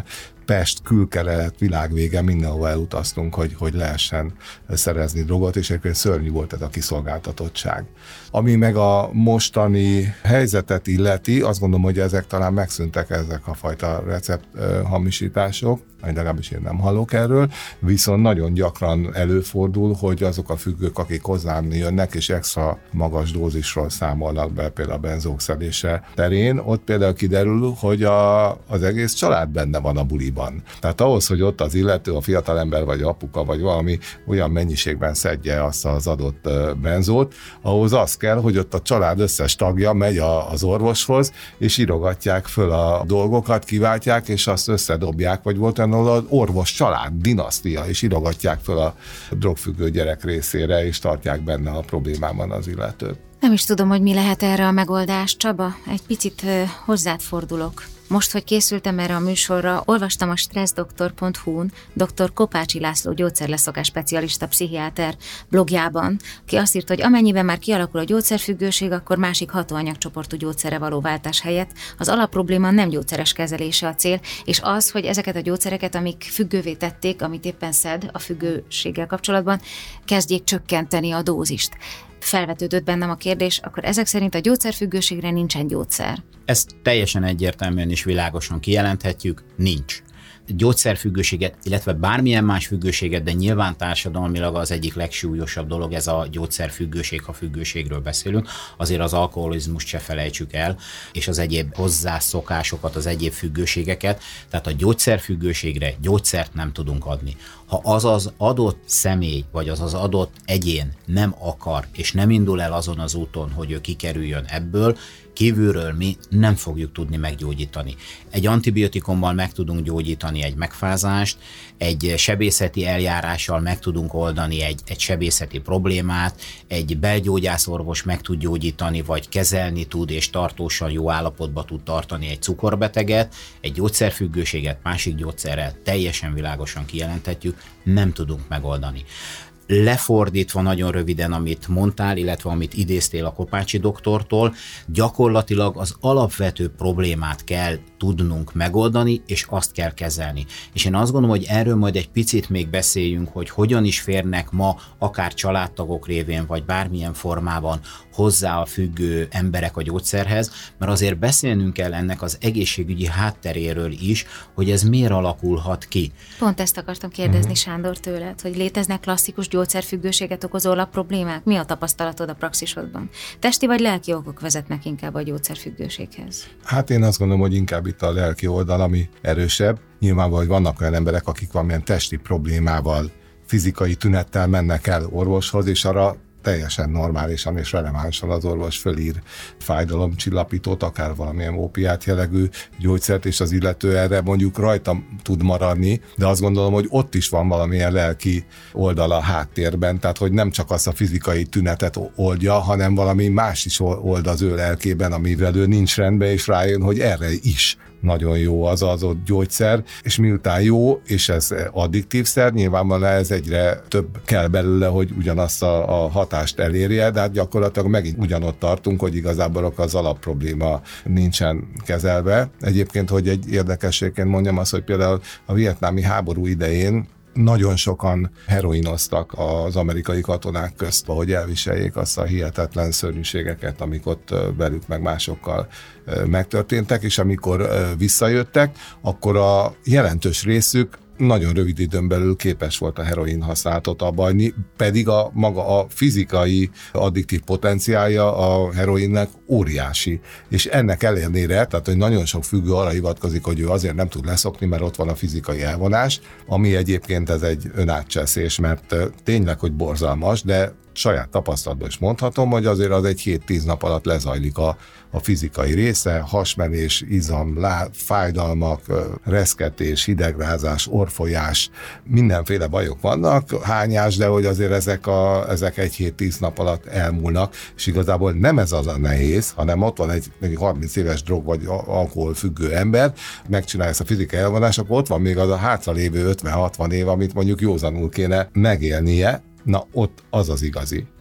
Pest, külkelet, világvége, mindenhol elutaztunk, hogy lehessen szerezni drogot, és egyébként szörnyű volt ez a kiszolgáltatottság. Ami meg a mostani helyzetet illeti, azt gondolom, hogy ezek talán megszűntek, ezek a fajta recepthamisítások, legalábbis én nem hallok erről, viszont nagyon gyakran előfordul, hogy azok a függők, akik hozzám jönnek, és extra magas dózisról számolnak be, például a benzók szedése terén, ott például kiderül, hogy az egész család benne van a buliban. Tehát ahhoz, hogy ott az illető, a fiatalember, vagy apuka, vagy valami olyan mennyiségben szedje azt az adott benzót, ahhoz az kell, hogy ott a család összes tagja megy az orvoshoz, és írogatják föl a dolgokat, kiváltják, és azt összedobják, vagy volt olyan, ahol az orvos család, dinasztia, és írogatják föl a drogfüggő gyerek részére, és tartják benne a problémában az illetőt. Nem is tudom, hogy mi lehet erre a megoldás. Csaba, egy picit hozzád fordulok. Most, hogy készültem erre a műsorra, olvastam a stresszdoktor.hu-n dr. Kopácsi László gyógyszerleszokás specialista pszichiáter blogjában, aki azt írt, hogy amennyiben már kialakul a gyógyszerfüggőség, akkor másik hatóanyagcsoportú gyógyszerre való váltás helyett az alapprobléma nem gyógyszeres kezelése a cél, és az, hogy ezeket a gyógyszereket, amik függővé tették, amit éppen szed a függőséggel kapcsolatban, kezdjék csökkenteni a dózist. Felvetődött bennem a kérdés, akkor ezek szerint a gyógyszerfüggőségre nincsen gyógyszer. Ezt teljesen egyértelműen és világosan kijelenthetjük, nincs. Gyógyszerfüggőséget, illetve bármilyen más függőséget, de nyilván társadalmilag az egyik legsúlyosabb dolog ez a gyógyszerfüggőség, ha függőségről beszélünk, azért az alkoholizmust se felejtsük el, és az egyéb hozzászokásokat, az egyéb függőségeket, tehát a gyógyszerfüggőségre gyógyszert nem tudunk adni. Ha az az adott személy, vagy az az adott egyén nem akar, és nem indul el azon az úton, hogy ő kikerüljön ebből, kívülről mi nem fogjuk tudni meggyógyítani. Egy antibiotikummal meg tudunk gyógyítani egy megfázást, egy sebészeti eljárással meg tudunk oldani egy sebészeti problémát, egy belgyógyászorvos meg tud gyógyítani, vagy kezelni tud, és tartósan jó állapotba tud tartani egy cukorbeteget, egy gyógyszerfüggőséget másik gyógyszerrel teljesen világosan kijelenthetjük, nem tudunk megoldani. Lefordítva nagyon röviden, amit mondtál, illetve amit idéztél a Kopácsi doktortól, gyakorlatilag az alapvető problémát kell tudnunk megoldani, és azt kell kezelni. És én azt gondolom, hogy erről majd egy picit még beszéljünk, hogy hogyan is férnek ma akár családtagok révén, vagy bármilyen formában hozzá a függő emberek a gyógyszerhez, mert azért beszélnünk kell ennek az egészségügyi hátteréről is, hogy ez miért alakulhat ki. Pont ezt akartam kérdezni, Sándor, tőled, hogy léteznek klasszikus gyógyszerfüggőséget okozó alapproblémák? Mi a tapasztalatod a praxisodban? Testi vagy lelki okok vezetnek inkább a gyógyszerfüggőséghez? Hát én azt gondolom, hogy inkább itt a lelki oldal, ami erősebb. Nyilvánvalóan, hogy vannak olyan emberek, akik valamilyen testi problémával, fizikai tünettel mennek el orvoshoz, és arra teljesen normálisan és relevánsan az orvos fölír fájdalomcsillapítót, akár valamilyen ópiát jellegű gyógyszert, és az illető erre mondjuk rajta tud maradni, de azt gondolom, hogy ott is van valamilyen lelki oldala háttérben, tehát hogy nem csak azt a fizikai tünetet oldja, hanem valami más is old az ő lelkében, amivel ő nincs rendben, és rájön, hogy erre is nagyon jó az adott gyógyszer, és miután jó, és ez addiktív szer, nyilvánvalóan ez egyre több kell belőle, hogy ugyanazt a hatást elérje, de hát gyakorlatilag megint ugyanott tartunk, hogy igazából az alapprobléma nincsen kezelve. Egyébként, hogy egy érdekességként mondjam azt, hogy például a vietnámi háború idején nagyon sokan heroinoztak az amerikai katonák közt, hogy elviseljék azt a hihetetlen szörnyűségeket, amik ott velük meg másokkal megtörténtek, és amikor visszajöttek, akkor a jelentős részük nagyon rövid időn belül képes volt a heroin használatot abba hagyni, pedig maga a fizikai addiktív potenciálja a heroinnek óriási. És ennek ellenére, tehát hogy nagyon sok függő arra hivatkozik, hogy ő azért nem tud leszokni, mert ott van a fizikai elvonás, ami egyébként ez egy önátcseszés, mert tényleg, hogy borzalmas, de saját tapasztalatban is mondhatom, hogy azért az egy 7-10 nap alatt lezajlik a fizikai része, hasmenés, izom, fájdalmak, reszketés, hidegrázás, orrfolyás, mindenféle bajok vannak, hányás, de hogy azért ezek egy 7-10 nap alatt elmúlnak, és igazából nem ez az a nehéz, hanem ott van egy 30 éves drog vagy alkoholfüggő ember, megcsinálja ezt a fizikai elvonást, akkor ott van még az a hátralévő 50-60 év, amit mondjuk józanul kéne megélnie. Na, ott az az igazi.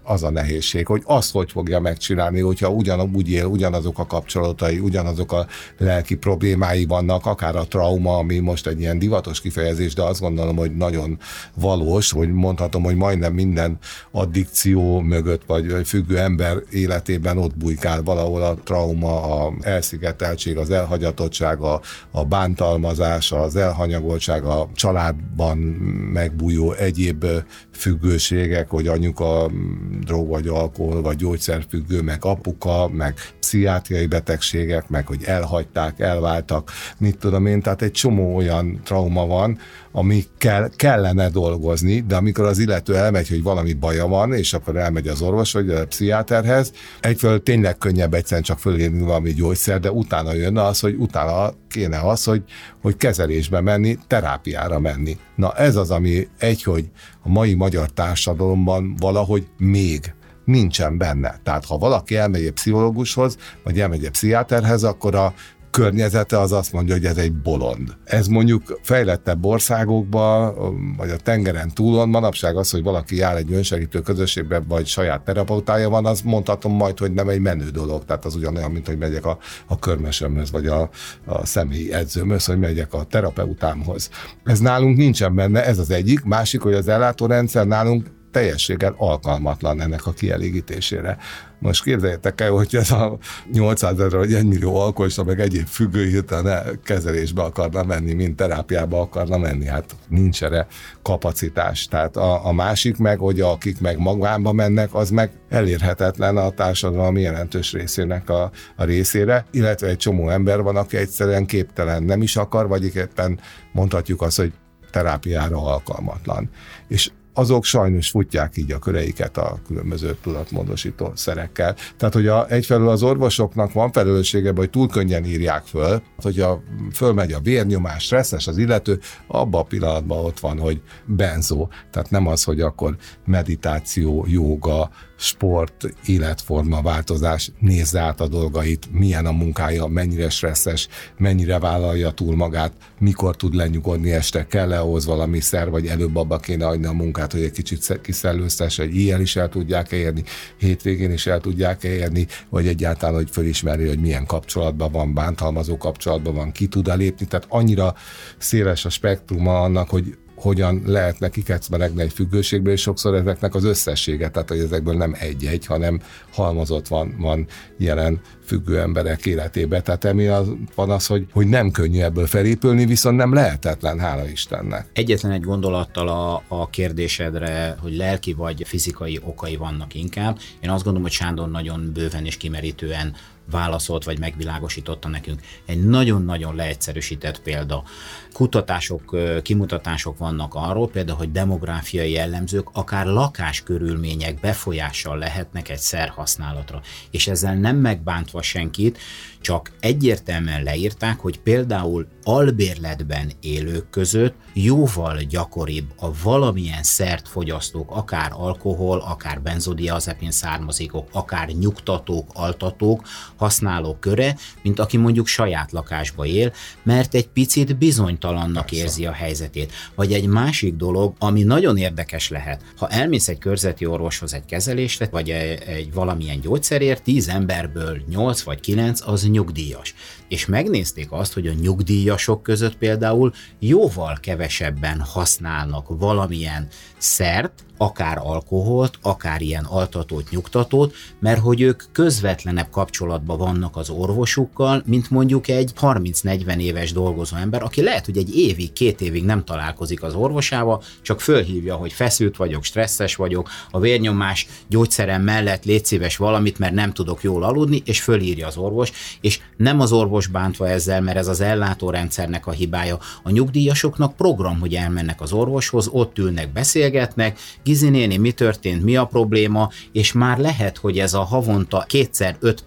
az a nehézség, hogy azt hogy fogja megcsinálni, hogyha ugyanúgy él, ugyanazok a kapcsolatai, ugyanazok a lelki problémái vannak, akár a trauma, ami most egy ilyen divatos kifejezés, de azt gondolom, hogy nagyon valós, hogy mondhatom, hogy majdnem minden addikció mögött, vagy függő ember életében ott bujkál valahol a trauma, a elszigeteltség, az elhagyatottság, a bántalmazás, az elhanyagoltság, a családban megbújó egyéb függőségek, hogy anyuka drog vagy alkohol vagy gyógyszerfüggő, meg apuka, meg pszichiátriai betegségek, meg hogy elhagyták, elváltak, mit tudom én, tehát egy csomó olyan trauma van, amikkel kellene dolgozni, de amikor az illető elmegy, hogy valami baja van, és akkor elmegy az orvos vagy a pszichiáterhez, egyfelől tényleg könnyebb egyszerűen csak fölírni valami gyógyszer, de utána jönne az, hogy utána kéne az, hogy kezelésbe menni, terápiára menni. Na ez az, ami hogy a mai magyar társadalomban valahogy még nincsen benne. Tehát ha valaki elmegy egy pszichológushoz, vagy elmegy egy pszichiáterhez, akkor a környezete az azt mondja, hogy ez egy bolond. Ez mondjuk fejlettebb országokban, vagy a tengeren túlon, manapság az, hogy valaki jár egy önsegítő közösségbe, vagy saját terapeutája van, az mondhatom majd, hogy nem egy menő dolog. Tehát az ugyanolyan, mint hogy megyek a körmösömhöz, vagy a személyi edzőmhöz, hogy megyek a terapeutámhoz. Ez nálunk nincsen benne, ez az egyik. Másik, hogy az ellátórendszer nálunk teljességgel alkalmatlan ennek a kielégítésére. Most képzeljétek el, hogy ez a 800 000 vagy 1 millió alkoholista, meg egyéb függő hirtelen kezelésbe akarna menni, mint terápiába akarna menni. Hát nincs erre kapacitás. Tehát a másik meg, hogy akik meg magánba mennek, az meg elérhetetlen a társadalom jelentős részének a részére, illetve egy csomó ember van, aki egyszerűen képtelen, nem is akar, vagy éppen mondhatjuk azt, hogy terápiára alkalmatlan. És azok sajnos futják így a köreiket a különböző tudatmódosító szerekkel. Tehát, hogy egyfelől az orvosoknak van felelőssége, hogy túl könnyen írják föl, hogyha fölmegy a vérnyomás, stresszes az illető, abban a pillanatban ott van, hogy benzó. Tehát nem az, hogy akkor meditáció, jóga, sport, életforma, változás, nézze át a dolgait, milyen a munkája, mennyire stresszes, mennyire vállalja túl magát, mikor tud lenyugodni este, kell-e ahhoz valami szer, vagy előbb abba kéne adni a munkát, hogy egy kicsit kiszellőztesse, hogy ilyen is el tudják érni, hétvégén is el tudják érni, vagy egyáltalán, hogy fölismeri, hogy milyen kapcsolatban van, bántalmazó kapcsolatban van, ki tud lépni, tehát annyira széles a spektruma annak, hogy hogyan lehetne kikecmeregni egy függőségből, és sokszor ezeknek az összessége, tehát hogy ezekből nem egy-egy, hanem halmozott van jelen függő emberek életében. Tehát emiatt van az, hogy nem könnyű ebből felépülni, viszont nem lehetetlen, hála Istennek. Egyetlen egy gondolattal a kérdésedre, hogy lelki vagy fizikai okai vannak inkább. Én azt gondolom, hogy Sándor nagyon bőven és kimerítően válaszolt, vagy megvilágosította nekünk. Egy nagyon-nagyon leegyszerűsített példa. Kutatások, kimutatások vannak arról, például, hogy demográfiai jellemzők, akár lakáskörülmények befolyással lehetnek egy szer használatra. És ezzel nem megbántva senkit, csak egyértelműen leírták, hogy például albérletben élők között jóval gyakoribb a valamilyen szert fogyasztók, akár alkohol, akár benzodiazepin származékok, akár nyugtatók, altatók, használók köre, mint aki mondjuk saját lakásba él, mert egy picit bizonytalannak érzi a helyzetét. Vagy egy másik dolog, ami nagyon érdekes lehet, ha elmész egy körzeti orvoshoz egy kezelésre, vagy egy valamilyen gyógyszerért, 10 emberből 8 vagy 9 az nyugdíjas. És megnézték azt, hogy a nyugdíjasok között például jóval kevesebben használnak valamilyen szert, akár alkoholt, akár ilyen altatót, nyugtatót, mert hogy ők közvetlenebb kapcsolatban vannak az orvosukkal, mint mondjuk egy 30-40 éves dolgozó ember, aki lehet, hogy egy évig, 2 évig nem találkozik az orvosával, csak fölhívja, hogy feszült vagyok, stresszes vagyok, a vérnyomás gyógyszerem mellett légy szíves valamit, mert nem tudok jól aludni, és fölírja az orvos, és nem az orvos bántva ezzel, mert ez az ellátórendszernek a hibája. A nyugdíjasoknak program, hogy elmennek az orvoshoz, ott ülnek, beszélgetnek, Gizi néni, mi történt, mi a probléma, és már lehet, hogy ez a havonta 2x5 perc beszélgetés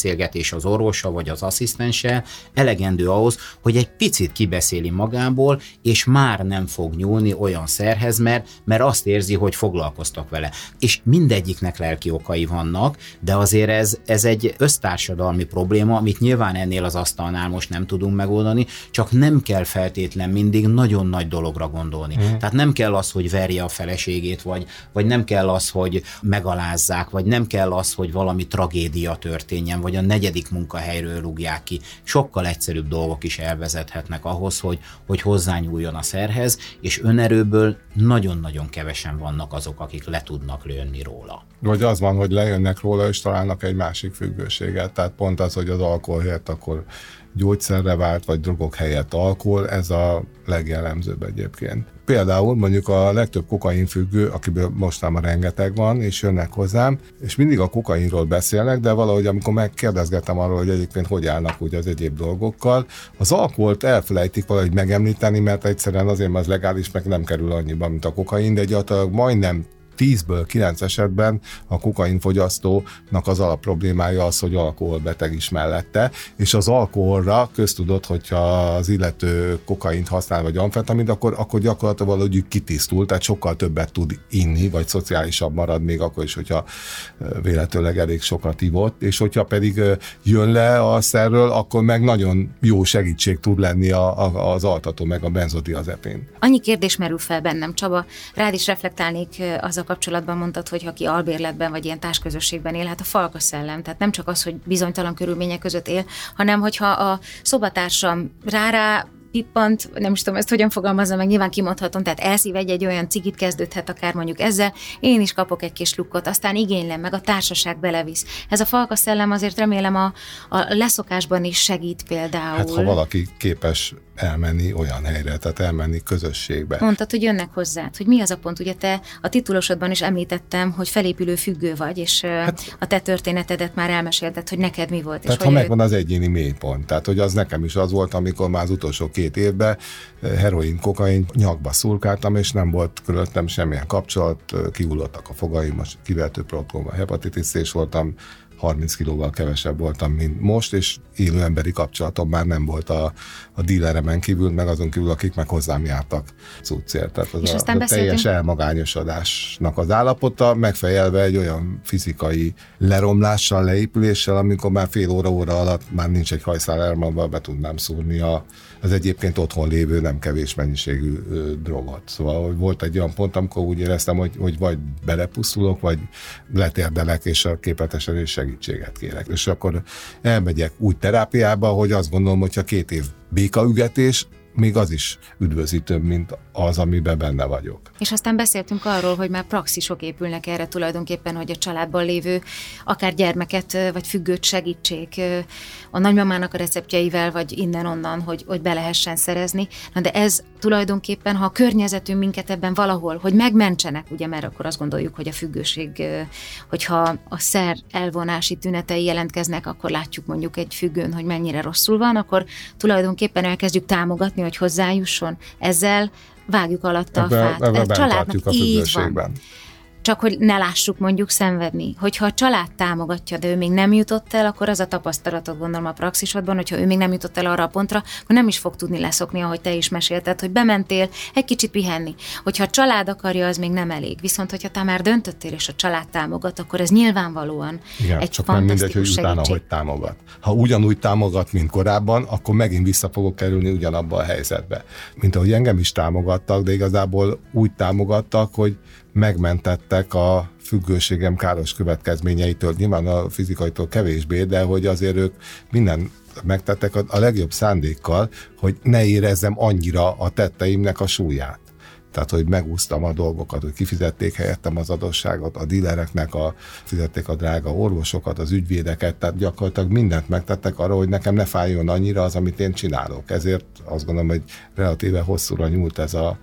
beszélgetés az orvossal vagy az asszisztenssel elegendő ahhoz, hogy egy picit kibeszéli magából, és már nem fog nyúlni olyan szerhez, mert azt érzi, hogy foglalkoztak vele. És mindegyiknek lelki okai vannak, de azért ez egy össztársadalmi probléma, amit nyilván ennél az asztalnál most nem tudunk megoldani, csak nem kell feltétlen mindig nagyon nagy dologra gondolni. Tehát nem kell az, hogy verje a feleségét, vagy nem kell az, hogy megalázzák, vagy nem kell az, hogy valami tragédia történjen, vagy a 4. munkahelyről rúgják ki. Sokkal egyszerűbb dolgok is elvezethetnek ahhoz, hogy hozzányúljon a szerhez, és önerőből nagyon-nagyon kevesen vannak azok, akik le tudnak lőni róla. Vagy az van, hogy lejönnek róla, és találnak egy másik függőséget. Tehát pont az, hogy az alkohol helyett akkor gyógyszerre vált, vagy drogok helyett alkohol, ez a legjellemzőbb egyébként. Például mondjuk a legtöbb kokainfüggő, akiből mostanában rengeteg van, és jönnek hozzám, és mindig a kokainról beszélnek, de valahogy amikor megkérdezgetem arról, hogy egyébként hogy állnak úgy az egyéb dolgokkal, az alkoholt elfelejtik valahogy megemlíteni, mert egyszerűen azért az legális, meg nem kerül annyiba, mint a kokain, de gyakorlatilag majdnem 10-ből 9 esetben a kokainfogyasztónak az alapproblémája az, hogy alkoholbeteg is mellette, és az alkoholra köztudott, hogyha az illető kokaint használ, vagy amfetamint, akkor gyakorlatilag valahogy kitisztul, tehát sokkal többet tud inni, vagy szociálisabb marad még akkor is, hogyha véletlenül elég sokat ivott, és hogyha pedig jön le a szerről, akkor meg nagyon jó segítség tud lenni az altató, meg a benzodiazepin. Annyi kérdés merül fel bennem, Csaba, rád is reflektálnék az kapcsolatban mondtad, hogy aki albérletben vagy ilyen társközösségben él, hát a falka szellem, tehát nem csak az, hogy bizonytalan körülmények között él, hanem hogyha a szobatársam rá pippant, nem is tudom ezt hogyan fogalmazza meg, nyilván kimondhatom, tehát elszív egy olyan cigit, kezdődhet akár mondjuk ezzel, én is kapok egy kis lukkot, aztán igénylem, meg a társaság belevisz. Ez a falka szellem azért remélem a leszokásban is segít például. Hát ha valaki képes elmenni olyan helyre, tehát elmenni közösségbe. Mondtad, hogy jönnek hozzád, hogy mi az a pont, ugye te a titulosodban is említettem, hogy felépülő függő vagy, és a te történetedet már elmesélted, hogy neked mi volt. Tehát és ha megvan az egyéni mélypont, tehát hogy az nekem is az volt, amikor már az utolsó 2 évben heroin, kokain nyakba szurkáltam, és nem volt körülöttem semmilyen kapcsolat, kihullottak a fogaim, most kivertő probléma, hepatitis C-s voltam, 30 kilóval kevesebb voltam, mint most, és élő emberi kapcsolatom már nem volt a díleremen kívül, meg azon kívül, akik meg hozzám jártak cuccért. Tehát az a teljes elmagányosodásnak az állapota, megfejelve egy olyan fizikai leromlással, leépüléssel, amikor már fél óra alatt már nincs egy hajszál elmagba, be tudnám szúrni az egyébként otthon lévő nem kevés mennyiségű drogot. Szóval volt egy olyan pont, amikor úgy éreztem, hogy vagy belepusztulok, vagy letérdelek, és a képletesen is segítséget kérek. És akkor elmegyek úgy terápiába, hogy azt gondolom, hogyha 2 év békaügetés, még az is üdvözítőbb, mint az, amiben benne vagyok. És aztán beszéltünk arról, hogy már praxisok épülnek erre tulajdonképpen, hogy a családban lévő akár gyermeket vagy függőt segítsék a nagymamának a receptjeivel, vagy innen-onnan, hogy be lehessen szerezni. Na de ez tulajdonképpen, ha a környezetünk minket ebben valahol, hogy megmentsenek, ugye, mert akkor azt gondoljuk, hogy a függőség, hogyha a szer elvonási tünetei jelentkeznek, akkor látjuk mondjuk egy függőn, hogy mennyire rosszul van, akkor tulajdonképpen elkezdjük támogatni, hogy hozzájusson. Ezzel vágjuk alatta a fát. Ebben tartjuk a függőségben. Csak hogy ne lássuk mondjuk szenvedni. Hogyha a család támogatja, de ő még nem jutott el, akkor az a tapasztalatot gondolom a praxisodban, hogyha ő még nem jutott el arra a pontra, akkor nem is fog tudni leszokni, ahogy te is mesélted, hogy bementél egy kicsit pihenni. Hogyha a család akarja, az még nem elég. Viszont, hogyha te már döntöttél, és a család támogat, akkor ez nyilvánvalóan igen, egy csak fantasztikus nem mindegy, hogy utána hogy támogat. Ha ugyanúgy támogat, mint korábban, akkor megint vissza fogok kerülni ugyanabba a helyzetbe. Mint ahogy engem is támogattak, de igazából úgy támogattak, hogy megmentettek a függőségem káros következményeitől, nyilván a fizikaitól kevésbé, de hogy azért ők minden megtettek a legjobb szándékkal, hogy ne érezzem annyira a tetteimnek a súlyát. Tehát, hogy megúsztam a dolgokat, hogy kifizették helyettem az adósságot, a dílereknek fizették a drága orvosokat, az ügyvédeket, tehát gyakorlatilag mindent megtettek arra, hogy nekem ne fájjon annyira az, amit én csinálok. Ezért azt gondolom, hogy relatíve hosszúra nyúlt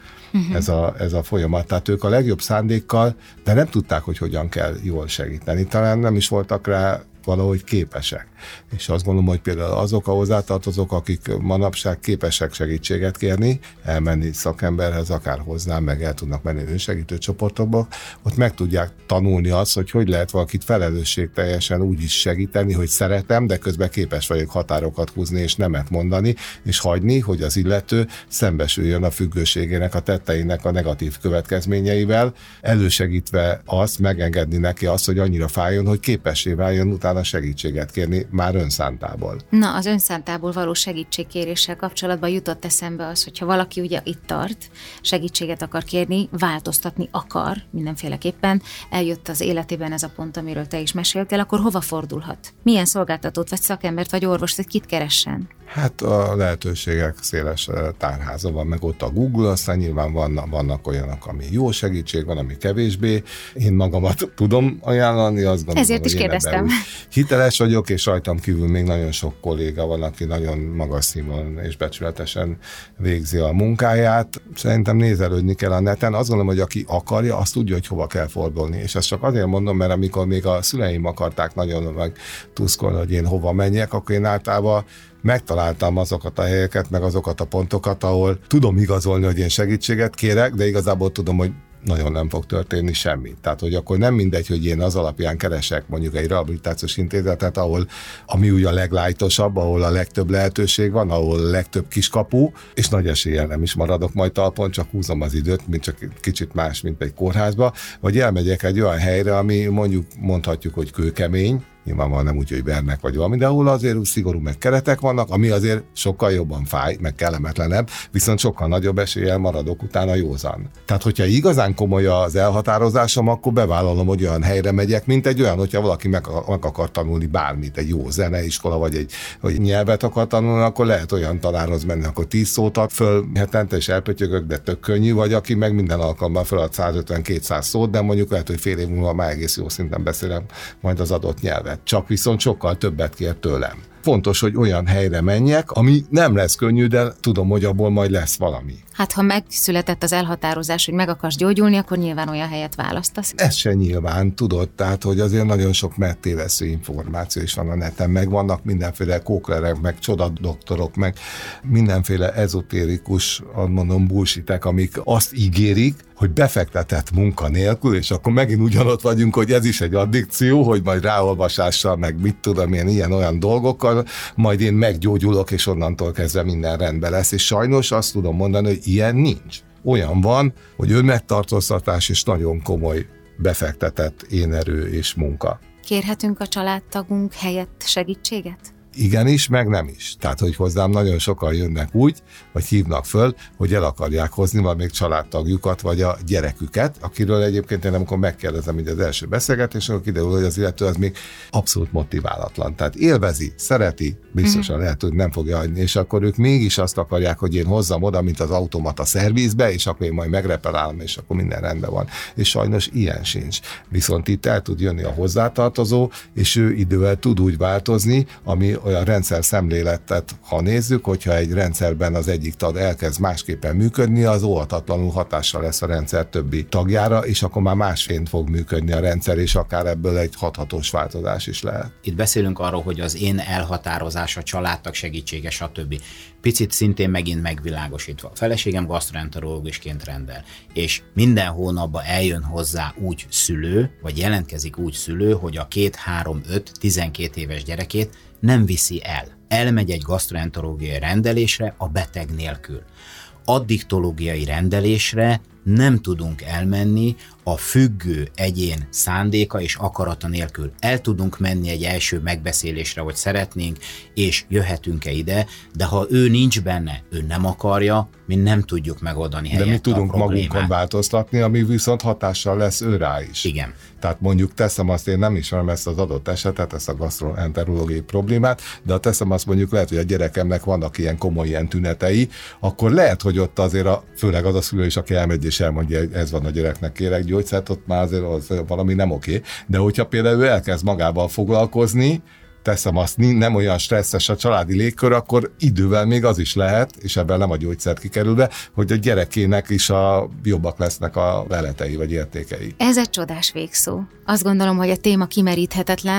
ez a folyamat. Tehát ők a legjobb szándékkal, de nem tudták, hogy hogyan kell jól segíteni. Talán nem is voltak rá valahogy képesek. És azt gondolom, hogy például azok a hozzátartozók, akik manapság képesek segítséget kérni, elmenni szakemberhez, akár hozzám, meg el tudnak menni önsegítő csoportokba, ott meg tudják tanulni azt, hogy lehet valakit felelősségteljesen úgy is segíteni, hogy szeretem, de közben képes vagyok határokat húzni és nemet mondani, és hagyni, hogy az illető szembesüljön a függőségének, a tetteinek a negatív következményeivel, elősegítve azt, megengedni neki azt, hogy annyira fájjon, hogy képessé váljon utána segítséget kérni már önszántából. Na, az önszántából való segítségkéréssel kapcsolatban jutott eszembe az, hogyha valaki ugye itt tart, segítséget akar kérni, változtatni akar mindenféleképpen, eljött az életében ez a pont, amiről te is meséltél, akkor hova fordulhat? Milyen szolgáltatót, vagy szakembert, vagy orvost, vagy kit keressen? Hát a lehetőségek széles tárháza van, meg ott a Google, aztán nyilván vannak olyanok, ami jó segítség, van, ami kevésbé. Én magamat tudom ajánlani, azt gondolom, ezért is kérdeztem. Hiteles vagyok, és rajtam kívül még nagyon sok kolléga van, aki nagyon magas színvonalon és becsületesen végzi a munkáját. Szerintem nézelődni kell a neten. Azt gondolom, hogy aki akarja, azt tudja, hogy hova kell fordulni. És ezt csak azért mondom, mert amikor még a szüleim akarták nagyon meg tuszkolni, hogy én hova menjek, akkor én általában megtaláltam azokat a helyeket, meg azokat a pontokat, ahol tudom igazolni, hogy én segítséget kérek, de igazából tudom, hogy nagyon nem fog történni semmi. Tehát, hogy akkor nem mindegy, hogy én az alapján keresek mondjuk egy rehabilitációs intézetet, ahol ami ugye a leglájtosabb, ahol a legtöbb lehetőség van, ahol a legtöbb kiskapu, és nagy eséllyel nem is maradok majd talpon, csak húzom az időt, mint csak kicsit más, mint egy kórházba, vagy elmegyek egy olyan helyre, ami mondhatjuk, hogy kőkemény, nyilvánvalóan nem úgy, hogy vernek vagy valami, de ahol azért szigorú meg keretek vannak, ami azért sokkal jobban fáj, meg kellemetlenebb, viszont sokkal nagyobb eséllyel maradok utána józan. Tehát, hogyha igazán komoly az elhatározásom, akkor bevállalom, hogy olyan helyre megyek, mint egy olyan, hogyha valaki meg akar tanulni bármit, egy jó zeneiskola, vagy hogy nyelvet akar tanulni, akkor lehet olyan tanárhoz menni, akkor 10 szót ad föl hetente, és elpötyögök, de tök könnyű, vagy aki meg minden alkalommal felad 150-200 szót, de mondjuk lehet, hogy fél év múlva már egész jó szinten beszélem majd az adott nyelvet. Csak viszont sokkal többet kér tőlem. Fontos, hogy olyan helyre menjek, ami nem lesz könnyű, de tudom, hogy abból majd lesz valami. Hát, ha megszületett az elhatározás, hogy meg akarsz gyógyulni, akkor nyilván olyan helyet választasz. Ez se nyilván, tudod, tehát, hogy azért nagyon sok megtévesztő információ is van a neten, meg vannak mindenféle kóklerek, meg csodadoktorok, meg mindenféle ezotérikus, mondom, bullshitek, amik azt ígérik, hogy befektetett munka nélkül, és akkor megint ugyanott vagyunk, hogy ez is egy addikció, hogy majd ráolvasással, meg mit tudom én, ilyen-olyan dolgokkal, majd én meggyógyulok, és onnantól kezdve minden rendben lesz, és sajnos azt tudom mondani, hogy ilyen nincs. Olyan van, hogy önmegtartóztatás és nagyon komoly befektetett énerő és munka. Kérhetünk a családtagunk helyett segítséget? Igenis, meg nem is. Tehát, hogy hozzám nagyon sokan jönnek úgy, vagy hívnak föl, hogy el akarják hozni valamelyik családtagjukat, vagy a gyereküket, akiről egyébként én amikor megkérdezem így az első beszélgetés, akkor kiderül, hogy az illető az még abszolút motiválatlan. Tehát élvezi, szereti, biztosan lehet, hogy nem fogja hagyni, és akkor ők mégis azt akarják, hogy én hozzam oda, mint az automata szervizbe, és akkor én majd megreperálom, és akkor minden rendben van. És sajnos ilyen sincs. Viszont itt el tud jönni a hozzátartozó, és ő idővel tud úgy változni, ami olyan rendszer szemléletet, ha nézzük, hogyha egy rendszerben az egyik tag elkezd másképpen működni, az óhatatlanul hatással lesz a rendszer többi tagjára, és akkor már másként fog működni a rendszer, és akár ebből egy hathatós változás is lehet. Itt beszélünk arról, hogy az én elhatározás, a családtag segítsége, stb. Picit szintén megint megvilágosítva. A feleségem gasztroenterológusként rendel, és minden hónapban eljön hozzá úgy szülő, vagy jelentkezik úgy szülő, hogy a 2, 3, 5, 12 éves gyerekét nem viszi el. Elmegy egy gasztroenterológiai rendelésre a beteg nélkül. Addiktológiai rendelésre nem tudunk elmenni a függő egyén szándéka és akarata nélkül. El tudunk menni egy első megbeszélésre, hogy szeretnénk, és jöhetünk-e ide, de ha ő nincs benne, ő nem akarja, mi nem tudjuk megoldani helyette. De mi tudunk magunkon változtatni, ami viszont hatással lesz ő rá is. Igen. Tehát mondjuk teszem azt, én nem ismerem ezt az adott esetet, ezt a gasztroenterológiai problémát, de ha teszem azt, mondjuk lehet, hogy a gyerekemnek vannak ilyen komoly ilyen tünetei, akkor lehet, hogy ott azért főleg az a szülő is, aki elmegy és elmondja, hogy ez van a gyereknek, kérek gyógyszert, ott már azért az valami nem oké. De hogyha például ő elkezd magával foglalkozni, teszem azt, nem olyan stresszes a családi légkör, akkor idővel még az is lehet, és ebben nem a gyógyszert kikerülve, hogy a gyerekének is jobbak lesznek a leletei vagy értékei. Ez egy csodás végszó. Azt gondolom, hogy a téma kimeríthetetlen,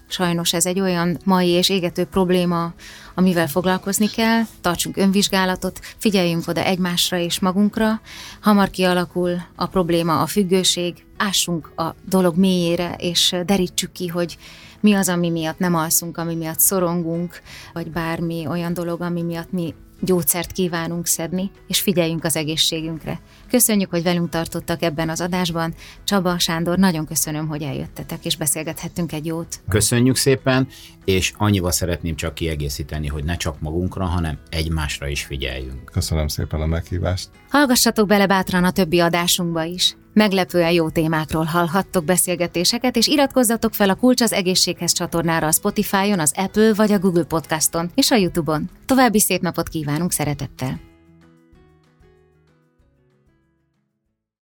Sajnos ez egy olyan mai és égető probléma, amivel foglalkozni kell, tartsunk önvizsgálatot, figyeljünk oda egymásra és magunkra, hamar kialakul a probléma, a függőség, ássunk a dolog mélyére, és derítsük ki, hogy mi az, ami miatt nem alszunk, ami miatt szorongunk, vagy bármi olyan dolog, ami miatt mi gyógyszert kívánunk szedni, és figyeljünk az egészségünkre. Köszönjük, hogy velünk tartottak ebben az adásban. Csaba, Sándor, nagyon köszönöm, hogy eljöttetek, és beszélgethettünk egy jót. Köszönjük szépen, és annyival szeretném csak kiegészíteni, hogy ne csak magunkra, hanem egymásra is figyeljünk. Köszönöm szépen a meghívást. Hallgassatok bele bátran a többi adásunkba is. Meglepően jó témákról hallhattok beszélgetéseket, és iratkozzatok fel a Kulcs az egészséghez csatornára a Spotify-on, az Apple vagy a Google Podcaston és a YouTube-on. További szép napot kívánunk szeretettel!